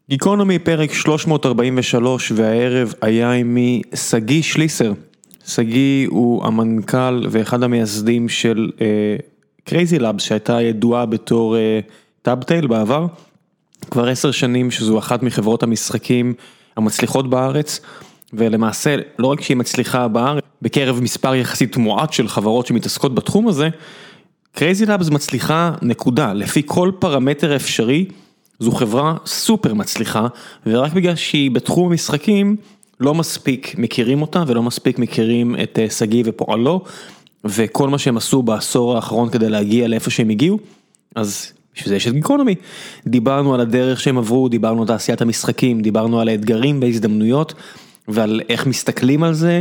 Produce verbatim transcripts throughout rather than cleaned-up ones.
גיקונומי פרק שלוש מאות ארבעים ושלוש, והערב היה עימי סגי שליסר. סגי הוא המנכ"ל ואחד המייסדים של קרייזי לאבס, שהייתה ידועה בתור טאבטייל בעבר. כבר עשר שנים שזו אחת מחברות המשחקים המצליחות בארץ, ולמעשה לא רק שהיא מצליחה בארץ, בקרב מספר יחסית מועט של חברות שמתעסקות בתחום הזה, קרייזי לאבס מצליחה נקודה, לפי כל פרמטר אפשרי, זו חברה סופר מצליחה, ורק בגלל שהיא בתחום המשחקים, לא מספיק מכירים אותה, ולא מספיק מכירים את סגי ופועלו, וכל מה שהם עשו בעשור האחרון כדי להגיע לאיפה שהם הגיעו, אז בשביל זה יש את גיקונומי. דיברנו על הדרך שהם עברו, דיברנו על תעשיית המשחקים, דיברנו על האתגרים והזדמנויות, ועל איך מסתכלים על זה,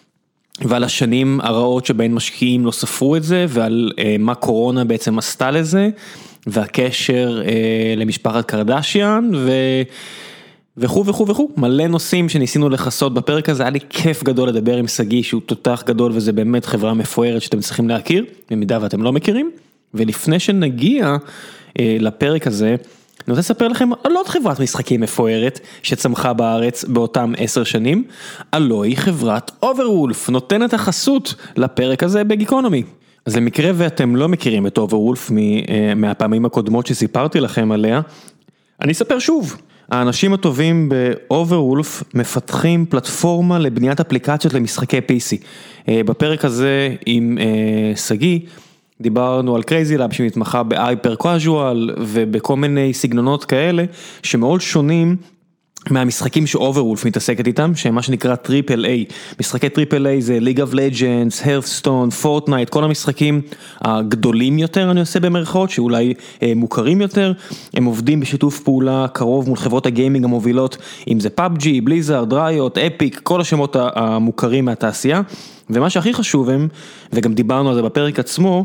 ועל השנים הרעות שבהן משקיעים לא ספרו את זה, ועל אה, מה קורונה בעצם עשתה לזה, והקשר אה, למשפחת קרדשיאן, ו... וכו וכו וכו, מלא נושאים שניסינו לחסות בפרק הזה, היה לי כיף גדול לדבר עם סגי, שהוא תותח גדול, וזה באמת חברה מפוארת שאתם צריכים להכיר, במידה ואתם לא מכירים, ולפני שנגיע אה, לפרק הזה, אני רוצה לספר לכם על עוד חברת משחקים מפוארת, שצמחה בארץ באותם עשר שנים, הלוא היא חברת אוברוולף, נותנת החסות לפרק הזה בגיקונומי. אז למקרה ואתם לא מכירים את אוברוולף מהפעמים הקודמות שסיפרתי לכם עליה, אני אספר שוב. האנשים הטובים באוברוולף מפתחים פלטפורמה לבניית אפליקציות למשחקי פי סי. בפרק הזה עם סגי, דיברנו על קרייזי לאב שמתמחה בהייפר קאז'ואל ובכל מיני סגנונות כאלה שמאוד שונים מהמשחקים שאוברוולף מתעסקת איתם, שהם מה שנקרא טריפל איי. משחקי טריפל איי זה ליג אוף לג'נדס, הרת'סטון, פורטנייט, כל המשחקים הגדולים יותר אני עושה במרכאות, שאולי אה, מוכרים יותר. הם עובדים בשיתוף פעולה קרוב מול חברות הגיימינג המובילות, אם זה פאבג'י, בליזארד, ראיוט, אפיק, כל השמות המוכרים מהתעשייה. ומה שהכי חשוב הם, וגם דיברנו על זה בפרק עצמו,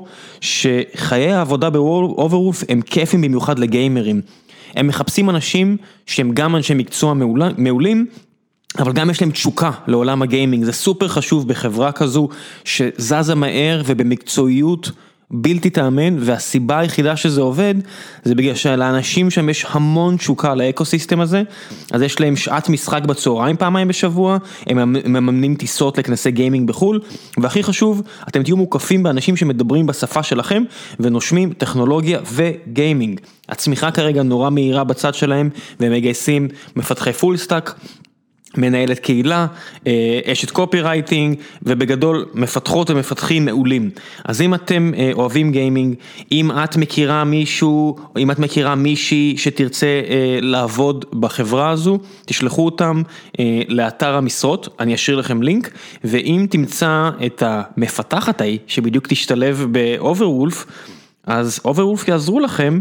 שחיי העבודה באוברוולף הם כיפים במיוחד לגיימרים. הם מחפשים אנשים שהם גם אנשי מקצוע מעולים, אבל גם יש להם תשוקה לעולם הגיימינג. זה סופר חשוב בחברה כזו שזזה מהר ובמקצועיות בלתי תאמן, והסיבה היחידה שזה עובד, זה בגלל שלאנשים שם יש המון תשוקה לאקוסיסטם הזה, אז יש להם שעת משחק בצהריים פעמיים בשבוע, הם מממנים טיסות לכנסי גיימינג בחול, והכי חשוב, אתם תהיו מוקפים באנשים שמדברים בשפה שלכם, ונושמים טכנולוגיה וגיימינג. הצמיחה כרגע נורא מהירה בצד שלהם, והם מגייסים מפתחי פול סטאק, מנהלת קהילה, אשת קופי רייטינג, ובגדול מפתחות ומפתחים מעולים. אז אם אתם אוהבים גיימינג, אם את מכירה מישהו, או אם את מכירה מישהי שתרצה לעבוד בחברה הזו, תשלחו אותם לאתר המשרות, אני אשאיר לכם לינק, ואם תמצא את המפתחת ההיא, שבדיוק תשתלב באוברוולף, אז אוברוולף יעזרו לכם,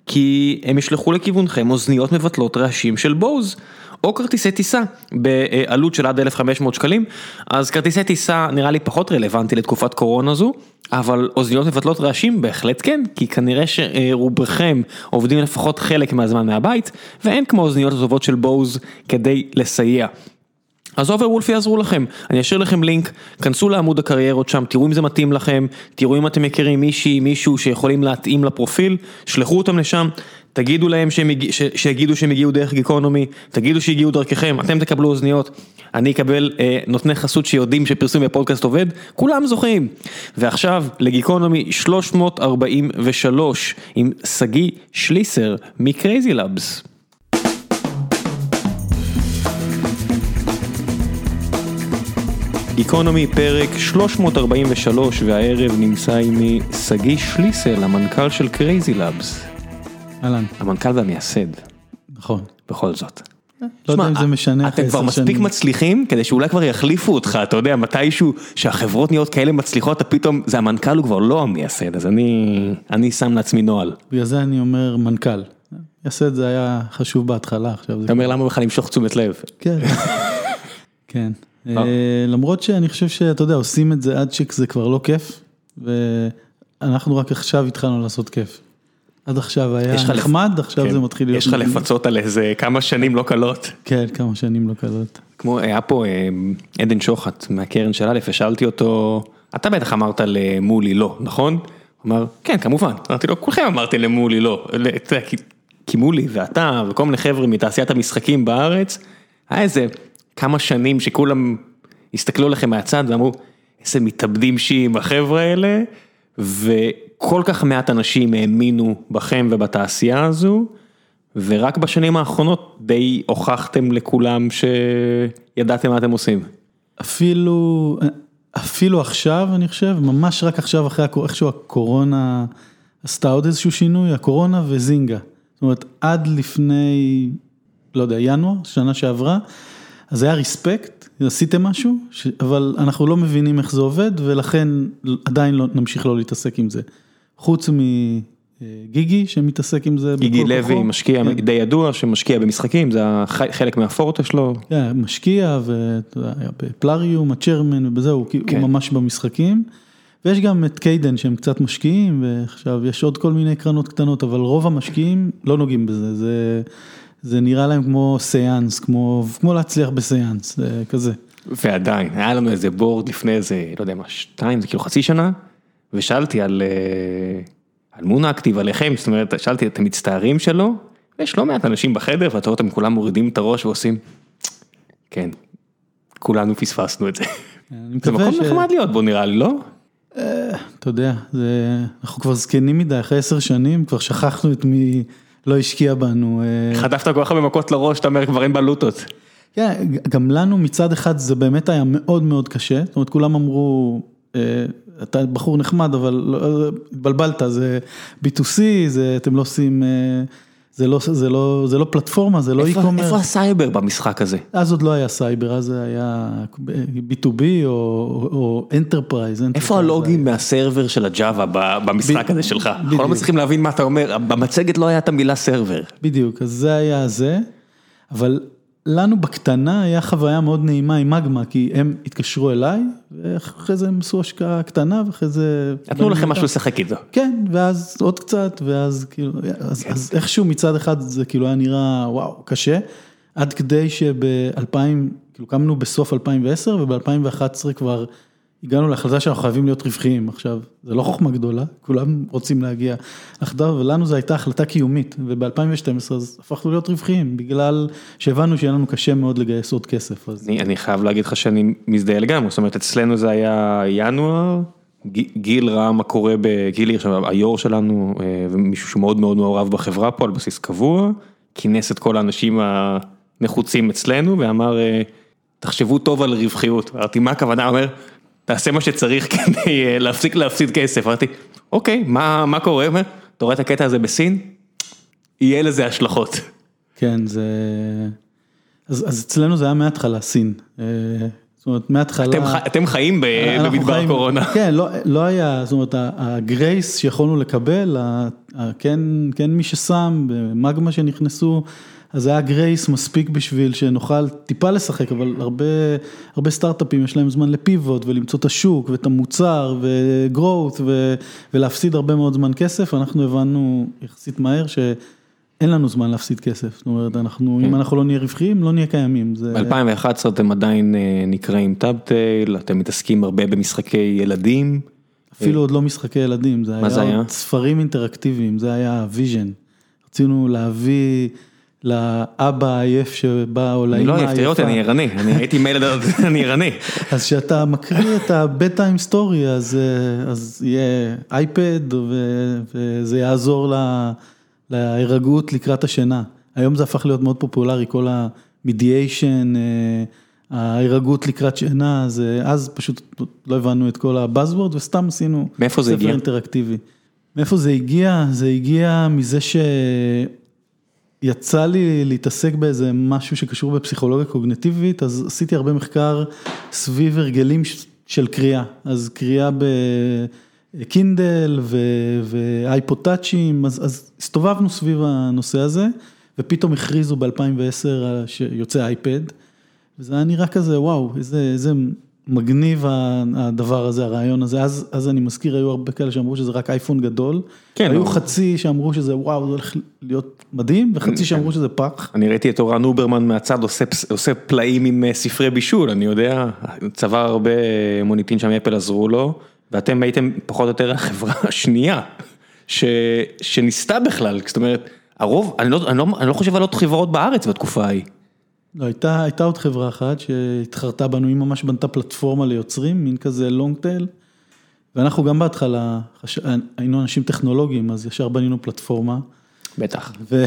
כי הם ישלחו לכיוונכם אוזניות מבטלות רעשים של בוז, או כרטיסי טיסה בעלות של עד אלף וחמש מאות שקלים, אז כרטיסי טיסה נראה לי פחות רלוונטי לתקופת קורונה זו, אבל אוזניות מבטלות רעשים בהחלט כן, כי כנראה שרובכם עובדים לפחות חלק מהזמן מהבית, ואין כמו אוזניות הטובות של בוז כדי לסייע. אז אוברוולף יעזרו לכם, אני אשאיר לכם לינק, כנסו לעמוד הקריירות שם, תראו אם זה מתאים לכם, תראו אם אתם מכירים מישהי, מישהו שיכולים להתאים לפרופיל, שלחו אותם לשם, תגידו להם שיגידו שהם הגיעו דרך גיקונומי, תגידו שהגיעו דרככם, אתם תקבלו אוזניות, אני אקבל אה, נותני חסות שיודעים שפרסום בפודקאסט עובד, כולם זוכים. ועכשיו לגיקונומי שלוש מאות ארבעים ושלוש עם סגי שליסר מקרייזי לאבס. גיקונומי פרק שלוש מאות ארבעים ושלוש, והערב נמצא עם סגי שליסר, המנכ"ל של קרייזי לאבס. אהלן. המנכ"ל והמייסד. נכון. בכל זאת. לא יודע אם זה משנה. אתם כבר מספיק מצליחים, כדי שאולי כבר יחליפו אותך, אתה יודע, מתישהו שהחברות נהיות כאלה מצליחות, פתאום זה המנכ"ל הוא כבר לא המייסד, אז אני, אני שם לעצמי נועל. בגלל זה אני אומר מנכ"ל. מייסד זה היה חשוב בהתחלה, עכשיו זה... אתה אומר למה בכלל למשוך תשומת לב? כן. כן. למרות שאני חושב שאתה יודע, עושים את זה עד שזה כבר לא כיף, ואנחנו רק עכשיו התחלנו לעשות כיף. עד עכשיו היה נחמד, עכשיו זה מתחיל להיות... יש לך לפצות על איזה כמה שנים לא קלות. כן, כמה שנים לא קלות. כמו, היה פה עדן שוחט מהקרן של א', ושאלתי אותו, אתה בטח אמרת למולי לא, נכון? הוא אמר, כן, כמובן. אמרתי לו, כולכם אמרתי למולי לא. כי מולי ואתה וכל מיני חבר'ה מתעשיית המשחקים בארץ, היה איזה כמה שנים שכולם הסתכלו לכם מהצד ואמרו, איזה מתאבדים שיעים החבר'ה האלה, וכל כך מעט אנשים האמינו בכם ובתעשייה הזו, ורק בשנים האחרונות די הוכחתם לכולם שידעתם מה אתם עושים. אפילו, אפילו עכשיו אני חושב, ממש רק עכשיו אחרי איכשהו הקורונה עשתה עוד איזשהו שינוי, הקורונה וזינגה. זאת אומרת, עד לפני, לא יודע, ינואר, שנה שעברה, אז היה ריספקט, עשיתם משהו, ש... אבל אנחנו לא מבינים איך זה עובד, ולכן עדיין לא, נמשיך לא להתעסק עם זה. חוץ מגיגי, שמתעסק עם זה. גיגי לוי, כוחו. משקיע כן. די ידוע, שמשקיע במשחקים, זה חלק מהפורטה שלו. כן, משקיע, בפלאריום, הצ'רמן, ובזהו, כן. הוא ממש במשחקים. ויש גם את קיידן, שהם קצת משקיעים, ועכשיו יש עוד כל מיני קרנות קטנות, אבל רוב המשקיעים לא נוגעים בזה, זה... זה נראה להם כמו סיאנס, כמו, כמו להצליח בסיאנס, זה כזה. ועדיין, היה לנו איזה בורד לפני איזה, לא יודע מה, שתיים, זה כאילו חצי שנה, ושאלתי על, על מונה אקטיב עליכם, זאת אומרת, שאלתי את המצטערים שלו, ויש לא מעט אנשים בחדר, ואתה רואה אותם כולם מורידים את הראש ועושים, כן, כולנו פספסנו את זה. זה מקום ש... נחמד להיות בו נראה לי, לא? אתה יודע, זה... אנחנו כבר זקנים מדי, אחרי עשר שנים, כבר שכחנו את מי... לא השקיע בנו. חטפת כל כך במכות לראש, אתה אומר כבר אין בלוטות. כן, גם לנו מצד אחד זה באמת היה מאוד מאוד קשה, זאת אומרת כולם אמרו, אתה בחור נחמד, אבל בלבלת, זה בי טו סי, אתם לא עושים, זה לא, זה לא, זה לא פלטפורמה, זה לא אי-קומרס. איפה הסייבר במשחק הזה? אז עוד לא היה סייבר, אז זה היה בי טו בי או אנטרפרייז. איפה הלוגים מהסרבר של הג'אווה במשחק הזה שלך? אנחנו לא מצליחים להבין מה אתה אומר, במצגת לא היה את המילה סרבר. בדיוק, אז זה היה זה, אבל לנו בקטנה היה חוויה מאוד נעימה עם מגמה, כי הם התקשרו אליי, ואחרי זה הם עשו השקעה קטנה, ואחרי זה... נתנו לכם משהו לשחק איתו. כן, ואז עוד קצת, ואז כאילו, אז, אז איכשהו מצד אחד זה כאילו היה נראה, וואו, קשה, עד כדי שב-אלפיים, כאילו קמנו בסוף אלפיים ועשר, וב-אלפיים ואחת עשרה כבר הגענו להחלטה שאנחנו חייבים להיות רווחיים. עכשיו, זה לא חוכמה גדולה, כולם רוצים להגיע לחדר, ולנו זו הייתה החלטה קיומית, וב-אלפיים ושתים עשרה אז הפכנו להיות רווחיים, בגלל שהבנו שיהיה לנו קשה מאוד לגייס עוד כסף. אז... אני, אני חייב להגיד לך שאני מזדהה לגמרי, זאת אומרת, אצלנו זה היה ינואר, גיל ראה מה קורה בגילי, עכשיו היור שלנו, ומישהו שמאוד מאוד מעורב בחברה פה, על בסיס קבוע, כינס את כל האנשים הנחוצים אצלנו, ואמר, תחשבו טוב על רווחיות. אמרתי, מה הכוונה? אומר, תעשה מה שצריך כדי להפסיק להפסיד כסף. אמרתי, אוקיי, מה, מה קורה? אומר, אתה רואה את הקטע הזה בסין? יהיה לזה השלכות. כן, זה... אז, אז אצלנו זה היה מההתחלה, סין. זאת אומרת, מההתחלה... אתם, אתם חיים במדבר חיים... קורונה. כן, לא, לא היה, זאת אומרת, הגרייס שיכולנו לקבל, ה, ה, כן, כן מי ששם, במגמה שנכנסו, אז היה גרייס מספיק בשביל שנוכל טיפה לשחק, אבל הרבה, הרבה סטארט-אפים יש להם זמן לפיבוט, ולמצוא את השוק, ואת המוצר, וגרוות, ו, ולהפסיד הרבה מאוד זמן כסף. אנחנו הבנו יחסית מהר שאין לנו זמן להפסיד כסף. זאת אומרת, אנחנו, אם אנחנו לא נהיה רווחיים, לא נהיה קיימים. ב-אלפיים ואחת עשרה אתם עדיין נקראים טאבטייל, אתם מתעסקים הרבה במשחקי ילדים. אפילו עוד לא משחקי ילדים, זה היה, היה? ספרים אינטראקטיביים, זה היה ויז'ן. רצינו להביא... לאבא עייף שבא או לאמא עייפה. אני לא עייף, תראה אותי, אני ערני, אני הייתי מילד, אני ערני. אז כשאתה מקריא את ה-bedtime story, אז יהיה אייפד, וזה יעזור להירגעות לקראת השינה. היום זה הפך להיות מאוד פופולרי, כל ה-mediation, ההירגעות לקראת שינה, אז פשוט לא הבנו את כל ה-buzzword, וסתם עשינו ספר אינטראקטיבי. מאיפה זה הגיע? זה הגיע מזה ש... יצא לי להתעסק באיזה משהו שקשור בפסיכולוגיה קוגניטיבית, אז עשיתי הרבה מחקר סביב הרגלים של קריאה, אז קריאה בקינדל ואייפוד-טאצ'ים, אז, אז הסתובבנו סביב הנושא הזה, ופתאום הכריזו ב-אלפיים ועשר שיוצא אייפד, וזה היה נראה כזה, וואו, איזה, איזה מגניב הדבר הזה, הרעיון הזה, אז, אז אני מזכיר, היו הרבה כאלה שאמרו שזה רק אייפון גדול, כן, היו חצי שאמרו שזה וואו, זה הולך להיות מדהים, וחצי שאמרו שזה פח. אני ראיתי את אורן אוברמן מהצד, עושה, עושה פלאים עם ספרי בישול, אני יודע, צבא הרבה מוניטין שם אפל עזרו לו, ואתם הייתם פחות או יותר החברה השנייה, ש, שניסתה בכלל, זאת אומרת, הרוב, אני לא, אני לא, אני לא חושב על עוד חברות בארץ בתקופה ההיא. לא, הייתה, הייתה עוד חברה אחת שהתחרתה בנו, היא ממש בנתה פלטפורמה ליוצרים, מין כזה לונג טייל, ואנחנו גם בהתחלה, חש... היינו אנשים טכנולוגיים, אז ישר בנינו פלטפורמה. בטח. ו...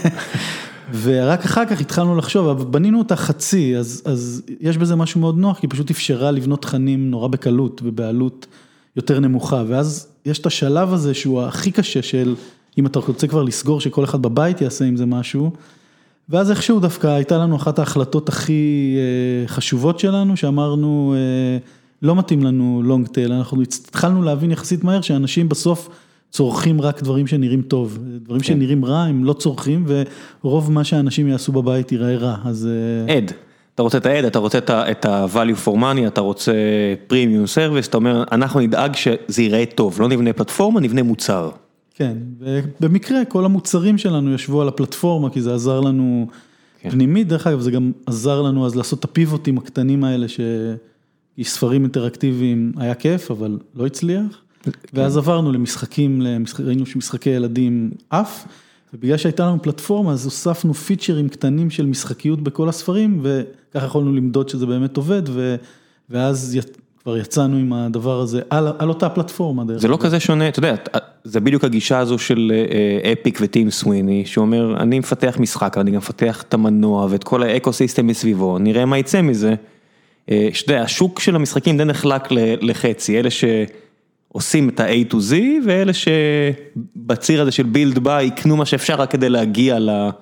ורק אחר כך התחלנו לחשוב, אבל בנינו אותה חצי, אז, אז יש בזה משהו מאוד נוח, כי פשוט אפשרה לבנות תכנים נורא בקלות ובעלות יותר נמוכה, ואז יש את השלב הזה שהוא הכי קשה של, אם אתה רוצה כבר לסגור שכל אחד בבית יעשה עם זה משהו, ואז איכשהו דווקא הייתה לנו אחת ההחלטות הכי חשובות שלנו, שאמרנו, לא מתאים לנו לונג טייל, אנחנו התחלנו להבין יחסית מהר, שאנשים בסוף צורכים רק דברים שנראים טוב, דברים שנראים רע, הם לא צורכים, ורוב מה שאנשים יעשו בבית ייראה רע, אז... עד, אתה רוצה את העד, אתה רוצה את ה-value for money, אתה רוצה premium service, אתה אומר, אנחנו נדאג שזה ייראה טוב, לא נבנה פלטפורמה, נבנה מוצר. כן, ובמקרה כל המוצרים שלנו ישבו על הפלטפורמה, כי זה עזר לנו פנימית, דרך אגב זה גם עזר לנו אז לעשות את הפיבוטים הקטנים האלה, שספרים אינטראקטיביים היה כיף, אבל לא הצליח, ואז עברנו למשחקים, ראינו שמשחקי ילדים אף, ובגלל שהייתה לנו פלטפורמה, אז הוספנו פיצ'רים קטנים של משחקיות בכל הספרים, וככה יכולנו למדוד שזה באמת עובד, ואז כבר יצאנו עם הדבר הזה, על, על אותה פלטפורמה. זה לא כזה שונה, אתה יודע, זה בדיוק הגישה הזו של אפיק וטים סוויני, שאומר, אני מפתח משחק, אני גם מפתח את המנוע, ואת כל האקוסיסטם מסביבו, נראה מה יצא מזה. שאתה יודע, השוק של המשחקים די נחלק לחצי, אלה שעושים את ה-A to Z, ואלה שבציר הזה של build by, יקנו מה שאפשר רק כדי להגיע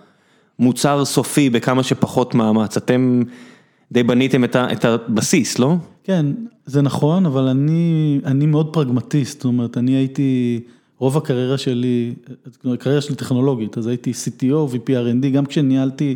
למוצר סופי, בכמה שפחות מאמץ. אתם די בניתם את הבסיס, לא? כן, זה נכון, אבל אני, אני מאוד פרגמטיסט, זאת אומרת, אני הייתי, רוב הקריירה שלי, הקריירה שלי טכנולוגית, אז הייתי סי טי או, וי פי אר אנד די, גם כשניהלתי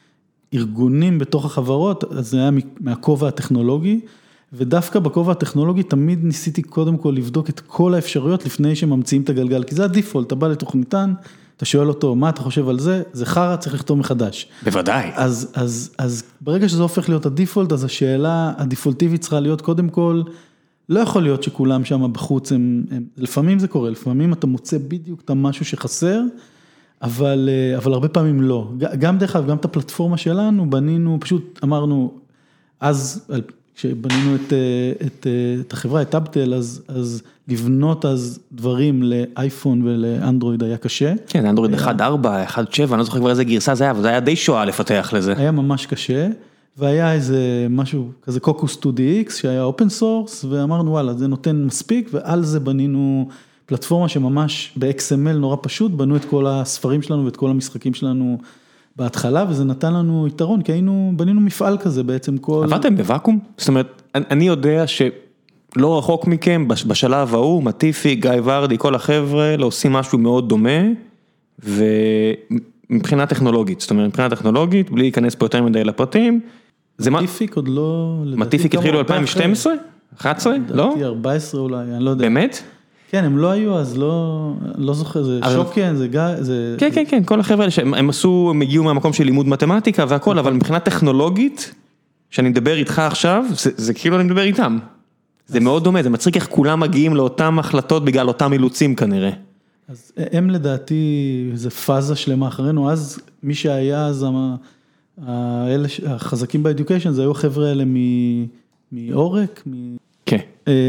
ארגונים בתוך החברות, אז זה היה מהכובע הטכנולוגי, ודווקא בכובע הטכנולוגי תמיד ניסיתי קודם כל לבדוק את כל האפשרויות לפני שממציאים את הגלגל, כי זה הדיפולט, אתה בא לתוכניתן, אתה שואל אותו, מה אתה חושב על זה? זה חרא, צריך לכתוב מחדש. בוודאי. אז, אז, אז ברגע שזה הופך להיות הדיפולט, אז השאלה הדפולטיבית צריכה להיות קודם כל, לא יכול להיות שכולם שם בחוץ, הם, הם, לפעמים זה קורה, לפעמים אתה מוצא בדיוק את המשהו שחסר, אבל, אבל הרבה פעמים לא. גם דרך אגב, גם את הפלטפורמה שלנו, בנינו, פשוט אמרנו, אז, כשבנינו את, את, את החברה, את טאבטל, אז, אז לבנות אז דברים לאייפון ולאנדרואיד היה קשה. כן, אנדרואיד אחד ארבע, אחד שבע, אני לא זוכר כבר איזה גרסה זה היה, אבל זה היה די שואה לפתח לזה. היה ממש קשה, והיה איזה משהו, כזה קוקוס טו די אקס, שהיה אופן סורס, ואמרנו וואלה, זה נותן מספיק, ועל זה בנינו פלטפורמה שממש ב-אקס אם אל נורא פשוט, בנו את כל הספרים שלנו ואת כל המשחקים שלנו בהתחלה, וזה נתן לנו יתרון, כי היינו, בנינו מפעל כזה בעצם כל... עבדתם בוואקום? זאת אומרת, אני יודע שלא רחוק מכם, בשלב ההוא, מטיפי, גיא ורדי, כל החבר'ה, לא עושים משהו מאוד דומה, ומבחינה טכנולוגית, זאת אומרת, מבחינה טכנולוגית, בלי להיכנס פה יותר מדי לפרטים, מטיפיק עוד לא... מטיפיק התחילו אלפיים ושתים עשרה? אחת עשרה? לא? לדעתי ארבע עשרה אולי, אני לא יודע. באמת? כן, הם לא היו, אז לא, לא זוכר, זה שוקן, זה גיא, זה... כן, כן, כן, כל החבר'ה, הם עשו, הם הגיעו מהמקום של לימוד מתמטיקה והכל, אבל מבחינה טכנולוגית, שאני מדבר איתך עכשיו, זה, זה כאילו אני מדבר איתם. זה מאוד דומה, זה מצחיק איך כולם מגיעים לאותם החלטות בגלל אותם אילוצים כנראה. אז הם לדעתי, זה פאזה שלמה אחרינו, אז מי שהיה, אז האלה, החזקים באדיוקיישן, זה היו החבר'ה האלה מאורק, כן.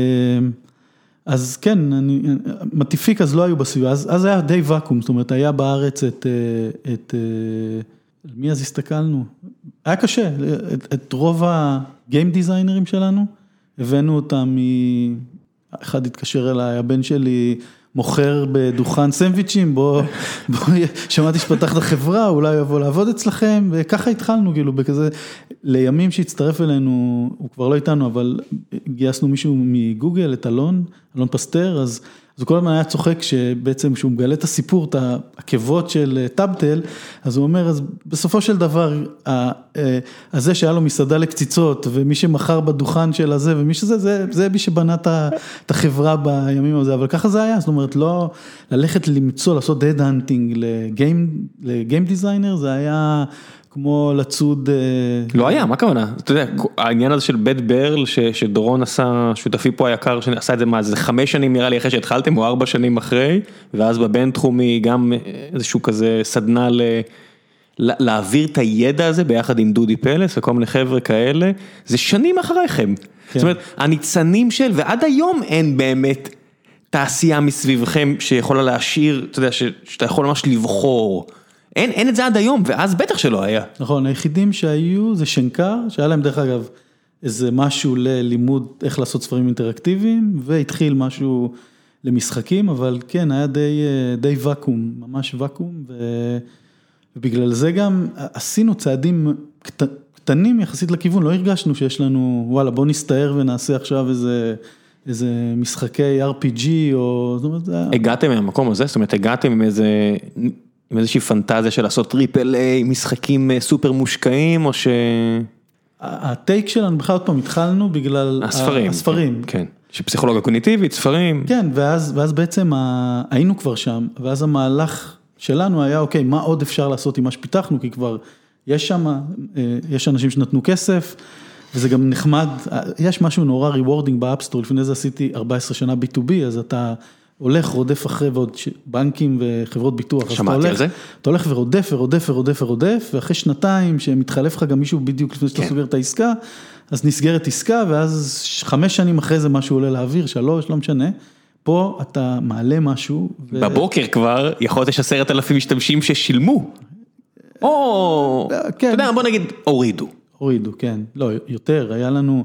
אז כן, אני, מטיפיק אז לא היו בסביבה, אז, אז היה די ואקום, זאת אומרת, היה בארץ את, את, מי אז הסתכלנו? היה קשה, את, את רוב הגיים דיזיינרים שלנו, הבאנו אותם, אחד התקשר אליי, הבן שלי מוכר בדוכן סנדוויצ'ים, בוא, בוא, שמעתי שפתח את החברה, אולי יבוא לעבוד אצלכם, וככה התחלנו, כאילו, בכזה, לימים שהצטרף אלינו, הוא כבר לא איתנו, אבל גייסנו מישהו מגוגל, את אלון, אלון פסטר, אז, אז הוא כל הזמן היה צוחק שבעצם כשהוא מגלה את הסיפור, את העקבות של טאבטל, אז הוא אומר, אז בסופו של דבר, הזה שהיה לו מסעדה לקציצות, ומי שמכר בדוכן של הזה, ומי שזה, זה, זה מי שבנה את החברה בימים הזה, אבל ככה זה היה, זאת אומרת, לא ללכת למצוא, לעשות dead hunting לגיים, לגיים דיזיינר, זה היה כמו לצוד... לא היה, מה הכוונה? אתה יודע, העניין הזה של בית ברל, שדורון עשה, שותפי פה היקר, שעשה את זה מה, זה חמש שנים נראה לי אחרי שהתחלתם, או ארבע שנים אחרי, ואז בבינתחומי גם איזשהו כזה סדנה ל... להעביר את הידע הזה ביחד עם דודי פלס וכל מיני חבר'ה כאלה, זה שנים אחריכם. זאת אומרת, הניצנים של, ועד היום אין באמת תעשייה מסביבכם שיכולה להשאיר, אתה יודע, שאתה יכול ממש לבחור. אין, אין את זה עד היום, ואז בטח שלא היה. נכון, היחידים שהיו זה שנקר, שהיה להם דרך אגב איזה משהו ללימוד איך לעשות ספרים אינטראקטיביים, והתחיל משהו למשחקים, אבל כן, היה די, די וקום, ממש וקום, ו... ובגלל זה גם עשינו צעדים קט... קטנים יחסית לכיוון, לא הרגשנו שיש לנו, וואלה, בוא נסתער ונעשה עכשיו איזה, איזה משחקי אר פי ג'י, או... זאת אומרת, הגעתם מהמקום הזה? זאת אומרת, הגעתם עם איזה... עם איזושהי פנטזיה של לעשות טריפל איי, משחקים סופר מושקעים, או ש... הטייק שלנו, בכלל עוד פעם התחלנו בגלל... הספרים. הספרים. כן, שפסיכולוגיה קוגניטיבית, ספרים. כן, ואז, ואז בעצם היינו כבר שם, ואז המהלך שלנו היה, אוקיי, מה עוד אפשר לעשות עם מה שפיתחנו, כי כבר יש שם, יש אנשים שנתנו כסף, וזה גם נחמד, יש משהו נורא ריוורדינג באפסטור, לפני זה עשיתי ארבע עשרה שנה בי טו בי, אז אתה... הולך, רודף אחרי, ועוד בנקים וחברות ביטוח. שמעתי על זה. אתה הולך ורודף, ורודף, ורודף, ורודף, ואחרי שנתיים שמתחלף לך גם מישהו בדיוק לפני שאתה סוגר את העסקה, אז נסגרת עסקה, ואז חמש שנים אחרי זה משהו עולה לאוויר, שלוש, לא משנה. פה אתה מעלה משהו. בבוקר כבר יכול להיות יש עשרת אלפים משתמשים ששילמו. או, אתה יודע, בוא נגיד, הורידו. הורידו, כן. לא, יותר, היה לנו...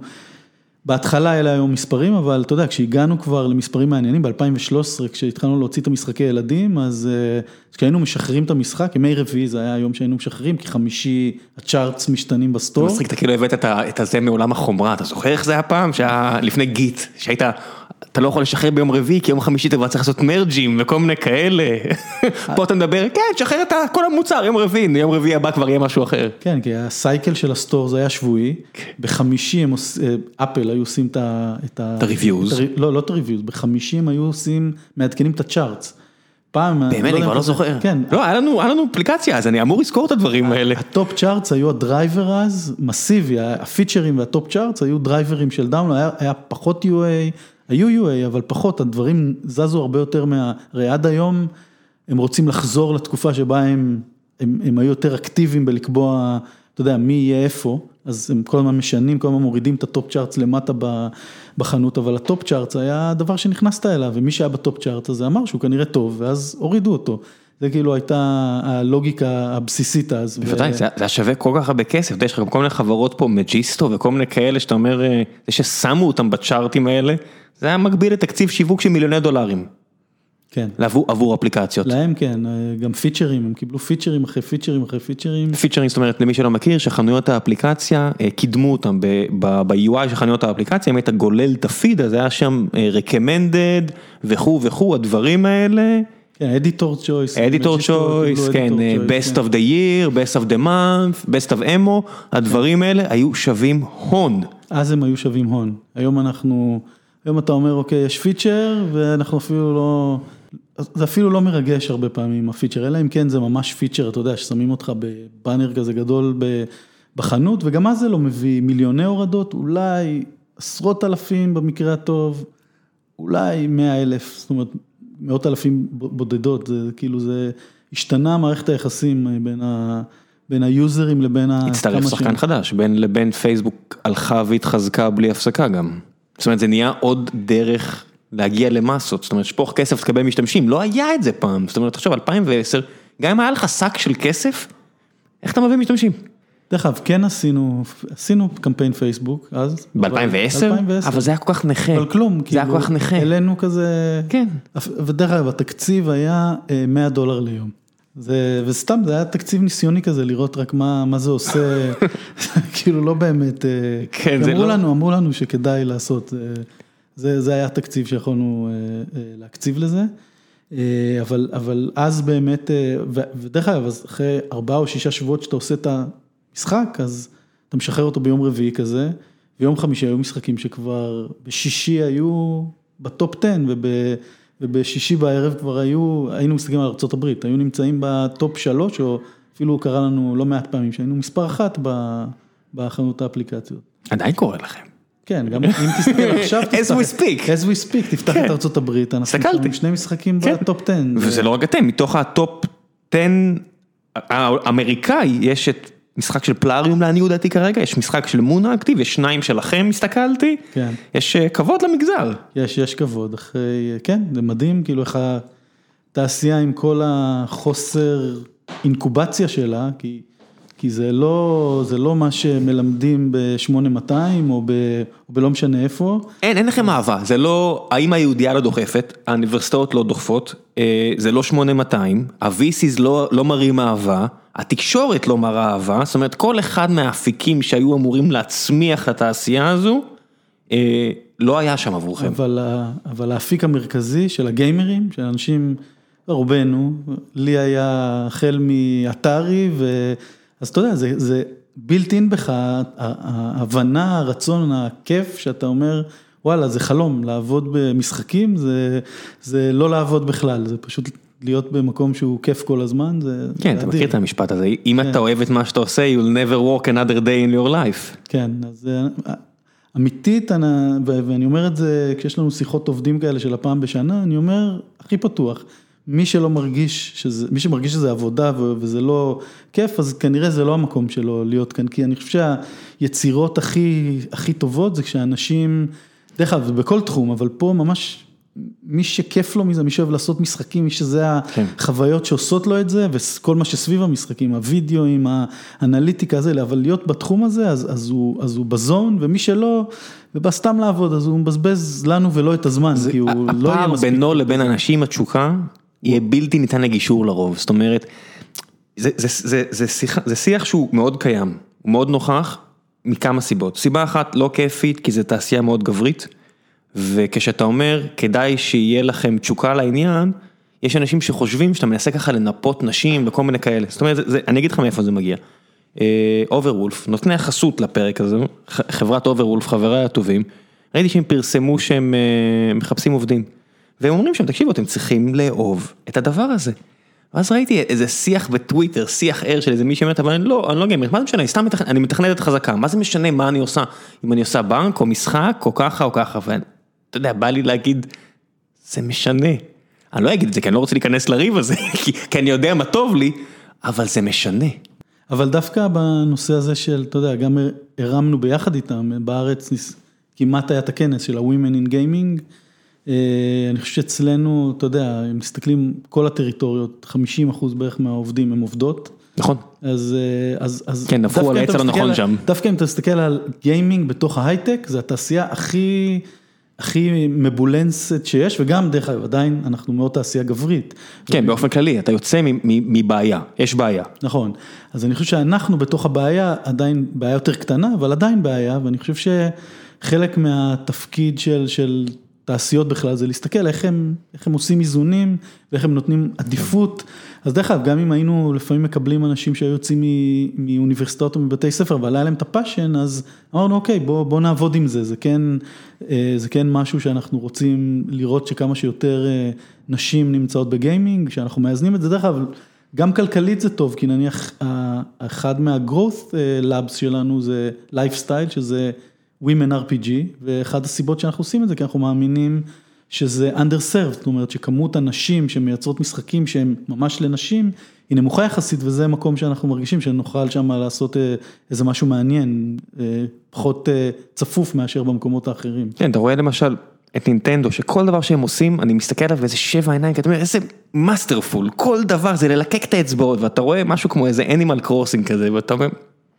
בהתחלה אלה היו מספרים, אבל אתה יודע, כשהגענו כבר למספרים מעניינים, ב-אלפיים ושלוש עשרה, כשהתחלנו להוציא את המשחקי ילדים, אז כשהיינו משחררים את המשחק, ימי רביעי, זה היה היום שהיינו משחררים, כי חמישי הצ'ארטס משתנים בסטור. זה מצחיק, אתה כאילו הבאת את זה מעולם החומרה, אתה זוכר איך זה היה פעם, שהיה לפני גיט, שהיית, אתה לא יכול לשחרר ביום רביעי, כי יום חמישי אתה כבר צריך לעשות מרג'ים וכל מיני כאלה. פה אתה מדבר, כן, שחרר את כל המוצר, יום רביעי, יום רביעי הבא כבר יהיה משהו אחר. כן, כי הסייקל של הסטור זה היה שבועי, בחמישי הם אפל היו עושים את ה-reviews. לא, לא את ה-reviews, בחמישי הם היו עושים, מעדכנים את הצ'ארטס. פעם... באמת, אני כבר לא זוכר. כן. לא, היה לנו, היה לנו אפליקציה, אז אני אמור לזכור את הדברים האלה. הטופ צ'ארטס היו הדרייבר אז, מסיבי, הפיצ'רים והטופ צ'ארטס היו דרייברים של דאונלוד, היה, היה פחות יו איי, היו יו איי, אבל פחות, הדברים זזו הרבה יותר מה... הרי עד היום הם רוצים לחזור לתקופה שבה הם, הם, הם היו יותר אקטיביים בלקבוע, אתה יודע, מי יהיה איפה, אז הם כל הזמן משנים, כל הזמן מורידים את הטופ צ'ארטס למטה בחנות, אבל הטופ צ'ארטס היה הדבר שנכנסת אליו, ומי שהיה בטופ צ'ארטס הזה אמר שהוא כנראה טוב, ואז הורידו אותו. זה כאילו הייתה הלוגיקה הבסיסית אז. בוודאי, זה היה שווה כל כך הרבה כסף, יש לך גם כל מיני חברות פה, מג'יסטו וכל מיני כאלה, שאתה אומר, זה ששמו אותם בצ'ארטים האלה, זה היה מגביל לתקציב שיווק של מיליוני דולרים. כן. עבור, עבור אפליקציות. להם כן, גם פיצ'רים, הם קיבלו פיצ'רים אחרי פיצ'רים אחרי פיצ'רים. פיצ'רים, זאת אומרת, למי שלא מכיר, שחנויות האפליקציה, קידמו אותם ב-יו איי של חנויות האפליקציה, אם היית גולל את הפיד, אז היה שם recommended וכו' וכו', הדברים האלה. כן, editor choice. editor choice, כן, best of the year, best of the month, best of emo, הדברים האלה היו שווים הון. אז הם היו שווים הון. היום אנחנו, היום אתה אומר, אוקיי, יש פיצ'ר, ואנחנו אפילו לא... זה אפילו לא מרגש הרבה פעמים הפיצ'ר, אלא אם כן זה ממש פיצ'ר, אתה יודע, ששמים אותך בבאנר כזה גדול בחנות, וגם אז זה לא מביא מיליוני הורדות, אולי עשרות אלפים במקרה הטוב, אולי מאה אלף, זאת אומרת, מאות אלפים בודדות, זה כאילו זה השתנה מערכת היחסים בין ה... בין היוזרים לבין ה... הצטרף שחקן חדש, בין לבין פייסבוק הלכה והתחזקה בלי הפסקה גם. זאת אומרת, זה נהיה עוד דרך... להגיע למסות, זאת אומרת, שפוך כסף תקבל משתמשים, לא היה את זה פעם, זאת אומרת, עכשיו, אלפיים ועשר, גם אם היה לך שק של כסף, איך אתה מביא משתמשים? דרך אגב, כן עשינו, עשינו קמפיין פייסבוק, אז. ב-אלפיים ועשר? אבל זה היה כל כך נכה. אבל כלום, זה היה כל כך נכה. אלינו כזה... כן. ודרך אגב, התקציב היה מאה דולר ליום. זה, וסתם, זה היה תקציב ניסיוני כזה, לראות רק מה, מה זה עושה, כאילו לא באמת, כן, זה אמרו לא... לנו, אמרו לנו שכדאי לעשות... זה, זה היה תקציב שיכולנו להקציב לזה, אבל, אבל אז באמת, ודרך אגב, אז אחרי ארבעה או שישה שבועות שאתה עושה את המשחק, אז אתה משחרר אותו ביום רביעי כזה, ויום חמישי היו משחקים שכבר בשישי היו בטופ עשר, וב, ובשישי בערב כבר היו, היינו משחקים על ארצות הברית, היו נמצאים בטופ שלוש, או אפילו קרה לנו לא מעט פעמים, שהיינו מספר אחת בחנות האפליקציות. עדיין קורה לכם. כן, גם אם תסתכל עכשיו, as we speak, as we speak, תפתח את ארצות הברית, אנחנו עם שני משחקים בטופ עשר. וזה לא רק אתם, מתוך הטופ עשר האמריקאי, יש את משחק של פלאריום לעניות דעתי כרגע, יש משחק של מונה אקטיב, יש שניים שלכם, הסתכלתי, יש כבוד למגזר. יש, יש כבוד, אחרי, כן, זה מדהים, כאילו איך התעשייה עם כל החוסר אינקובציה שלה, כי... כי זה לא, זה לא מה שמלמדים ב-שמונה מאתיים או, ב, או בלא משנה איפה. אין, אין לכם אהבה, זה לא, האמא היהודיה לא דוחפת, האוניברסיטאות לא דוחפות, זה לא שמונה מאתיים, ה-וי סי'ס לא, לא מראים אהבה, התקשורת לא מראה אהבה, זאת אומרת, כל אחד מהאפיקים שהיו אמורים להצמיח את התעשייה הזו, לא היה שם עבורכם. אבל, אבל האפיק המרכזי של הגיימרים, של אנשים, רובנו, לי היה החל מאתרי ו... אז אתה יודע, זה, זה built in בך, ההבנה, הרצון, הכיף, שאתה אומר, וואלה, זה חלום, לעבוד במשחקים, זה, זה לא לעבוד בכלל, זה פשוט להיות במקום שהוא כיף כל הזמן, זה כן, אתה מכיר את המשפט הזה, אם אתה אוהב את מה שאתה עושה, you'll never work another day in your life. כן, אז אמיתית, ואני אומר את זה, כשיש לנו שיחות עובדים כאלה של הפעם בשנה, אני אומר, הכי פתוח, מי שלא מרגיש שזה, מי שמרגיש שזה עבודה וזה לא כיף, אז כנראה זה לא המקום שלו להיות כאן, כי אני חושב שהיצירות הכי, הכי טובות זה כשאנשים, דרך אגב, בכל תחום, אבל פה ממש, מי שכיף לו מזה, מי שאוהב לעשות משחקים, מי שזה החוויות שעושות לו את זה, וכל מה שסביב המשחקים, הוידאו, עם האנליטיקה הזה, אבל להיות בתחום הזה, אז, אז הוא, אז הוא בזון, ומי שלא, ובא סתם לעבוד, אז הוא מבזבז לנו ולא את הזמן, כי הוא לא יהיה מספיק. הפער בינו לבין אנשים התשוקה, יהיה בלתי ניתן לגישור לרוב, זאת אומרת, זה, זה, זה, זה, שיח, זה שיח שהוא מאוד קיים, הוא מאוד נוכח, מכמה סיבות. סיבה אחת, לא כיפית, כי זה תעשייה מאוד גברית, וכשאתה אומר, כדאי שיהיה לכם תשוקה לעניין, יש אנשים שחושבים שאתה מנסה ככה לנפות נשים וכל מיני כאלה. זאת אומרת, זה, זה, אני אגיד לך מאיפה זה מגיע. אוברוולף, נותני החסות לפרק הזה, חברת אוברוולף, חבריי הטובים, ראיתי שהם פרסמו שהם מחפשים עובדים. והם אומרים שהם, תקשיבו, אתם צריכים לאהוב את הדבר הזה. ואז ראיתי איזה שיח בטוויטר, שיח ער של איזה מי שאומרת, אבל אני לא, אני לא גיימרית, מה זה משנה, סתם אני מתכננת חזקה, מה זה משנה מה אני עושה, אם אני עושה בנק או משחק או ככה או ככה, ואתה יודע, בא לי להגיד, זה משנה. אני לא אגיד את זה, כי אני לא רוצה להיכנס לריב הזה, כי, כי אני יודע מה טוב לי, אבל זה משנה. אבל דווקא בנושא הזה של, אתה יודע, גם הרמנו ביחד איתם, בארץ כמעט היה את הכנס של ה-Women in Gaming, אני חושב שאצלנו, אתה יודע, אם מסתכלים כל הטריטוריות, חמישים אחוז בערך מהעובדים הם עובדות. נכון. אז, אז, אז כן, נפרו על העצר הנכון שם. דווקא אם אתה מסתכל על גיימינג בתוך ההייטק, זה התעשייה הכי, הכי מבולנסת שיש, וגם דרך אגב, עדיין אנחנו מאוד תעשייה גברית. כן, באופן כללי, אתה יוצא מבעיה, יש בעיה. נכון. אז אני חושב שאנחנו בתוך הבעיה, עדיין בעיה יותר קטנה, אבל עדיין בעיה, ואני חושב שחלק מהתפקיד של, של תעשיות בכלל, זה להסתכל איך הם, איך הם עושים איזונים, ואיך הם נותנים עדיפות. אז דרך אגב, גם אם היינו לפעמים מקבלים אנשים שהיו יוצאים מאוניברסיטאות או מבתי ספר, אבל היה להם את הפאשן, אז אמרנו, אוקיי, בוא, בוא נעבוד עם זה. זה כן, זה כן משהו שאנחנו רוצים לראות שכמה שיותר נשים נמצאות בגיימינג, שאנחנו מאזנים את זה. דרך אגב, גם כלכלית זה טוב, כי נניח, אחד מה-growth labs שלנו זה lifestyle, שזה Women אר פי ג'י, ואחת הסיבות שאנחנו עושים את זה, כי אנחנו מאמינים שזה underserved, זאת אומרת שכמות הנשים שמייצרות משחקים שהם ממש לנשים, היא נמוכה יחסית, וזה מקום שאנחנו מרגישים שנוכל שם לעשות איזה משהו מעניין, פחות צפוף מאשר במקומות האחרים. כן, אתה רואה למשל את נינטנדו, שכל דבר שהם עושים, אני מסתכל עליו באיזה שבע עיניים, כי אתה אומר, איזה מאסטרפול, כל דבר זה ללקק את האצבעות, ואתה רואה משהו כמו איזה Animal Crossing כזה, ואתה אומר,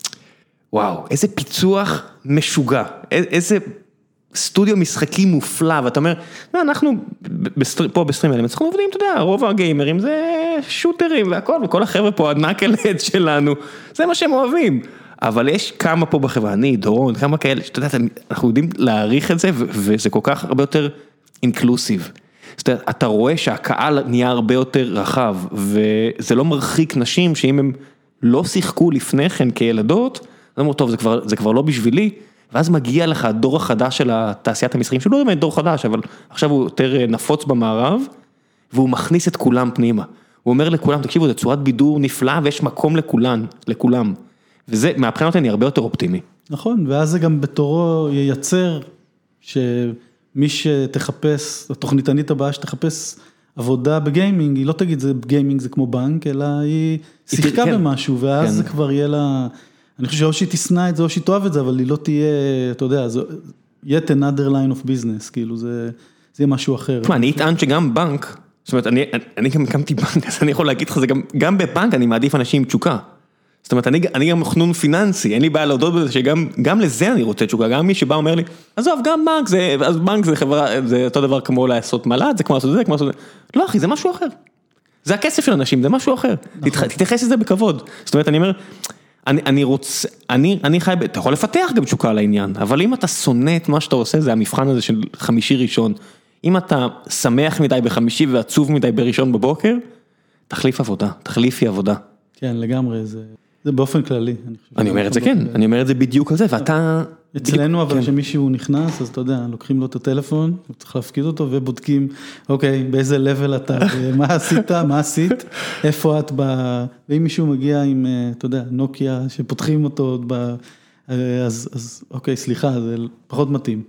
וואו, איזה פיצוח משוגע, איזה סטודיו משחקים מופלא, ואתה אומר, אנחנו פה בסטרים האלה, אנחנו עובדים, אתה יודע, רוב הגיימרים זה שוטרים והכל, וכל החבר'ה פה, הנקלהד שלנו, זה מה שהם אוהבים, אבל יש כמה פה בחברה, אני, דורון, כמה כאלה, שאתה יודע, אנחנו יודעים להעריך את זה, וזה כל כך הרבה יותר אינקלוסיב, זאת אומרת, אתה רואה שהקהל נהיה הרבה יותר רחב, וזה לא מרחיק נשים, שאם הם לא שיחקו לפני כן כילדות, זה אומר, טוב, זה כבר, זה כבר לא בשבילי, ואז מגיע לך הדור החדש של התעשיית המשחקים, שהוא לא באמת דור חדש, אבל עכשיו הוא יותר נפוץ במערב, והוא מכניס את כולם פנימה. הוא אומר לכולם, תקשיבו, זה צורת בידור נפלאה, ויש מקום לכולן, לכולם. וזה, מהבחינות אני הרבה יותר אופטימי. נכון, ואז זה גם בתורו ייצר, שמי שתחפש, התוכניתנית הבאה שתחפש עבודה בגיימינג, היא לא תגיד, זה גיימינג זה כמו בנק, אלא היא שיחקה במשהו, ואז זה כבר יהיה לה, אני חושב שאו שהיא תשנא את זה, או שהיא תאהב את זה, אבל היא לא תהיה, אתה יודע, זה yet another line of business, כאילו זה, זה יהיה משהו אחר. תשמע, אני אטען שגם בנק, זאת אומרת, אני, אני גם הקמתי בנק, אז אני יכול להגיד לך, זה גם, גם בבנק אני מעדיף אנשים עם תשוקה. זאת אומרת, אני, אני גם חנון פיננסי, אין לי בעיה להודות בזה שגם, גם לזה אני רוצה תשוקה, גם מי שבא אומר לי, עזוב, גם בנק זה, אז בנק זה חברה, זה אותו דבר כמו לעשות מל"ד, זה כמו לעשות זה, כמו לעשות זה. לא אחי, זה משהו אחר. זה הכסף של אנשים, זה משהו אחר. נכון. תתייחס לזה בכבוד. זאת אומרת, אני אומר, אני, אני רוצה, אני, אני חי, אתה יכול לפתח גם תשוקה על העניין, אבל אם אתה שונא את מה שאתה עושה, זה המבחן הזה של חמישי ראשון. אם אתה שמח מדי בחמישי ועצוב מדי בראשון בבוקר, תחליף עבודה, תחליפי עבודה. כן, לגמרי, זה, זה באופן כללי. אני, אני אומר את זה כן, אני אומר את זה בדיוק על זה, ואתה... אצלנו אבל שמישהו נכנס, אז אתה יודע, לוקחים לו את הטלפון, הוא צריך להפקיד אותו ובודקים, אוקיי, באיזה לבל אתה, מה עשית, מה עשית, איפה את ב... ואם מישהו מגיע עם, אתה יודע, נוקיה, שפותחים אותו, אז, אז אוקיי, סליחה, זה פחות מתאים.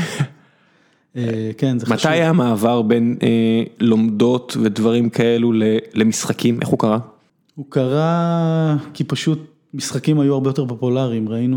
כן, זה חשוב. מתי היה המעבר בין לומדות ודברים כאלו למשחקים, איך הוא קרה? הוא קרה כי פשוט משחקים היו הרבה יותר פופולריים, ראינו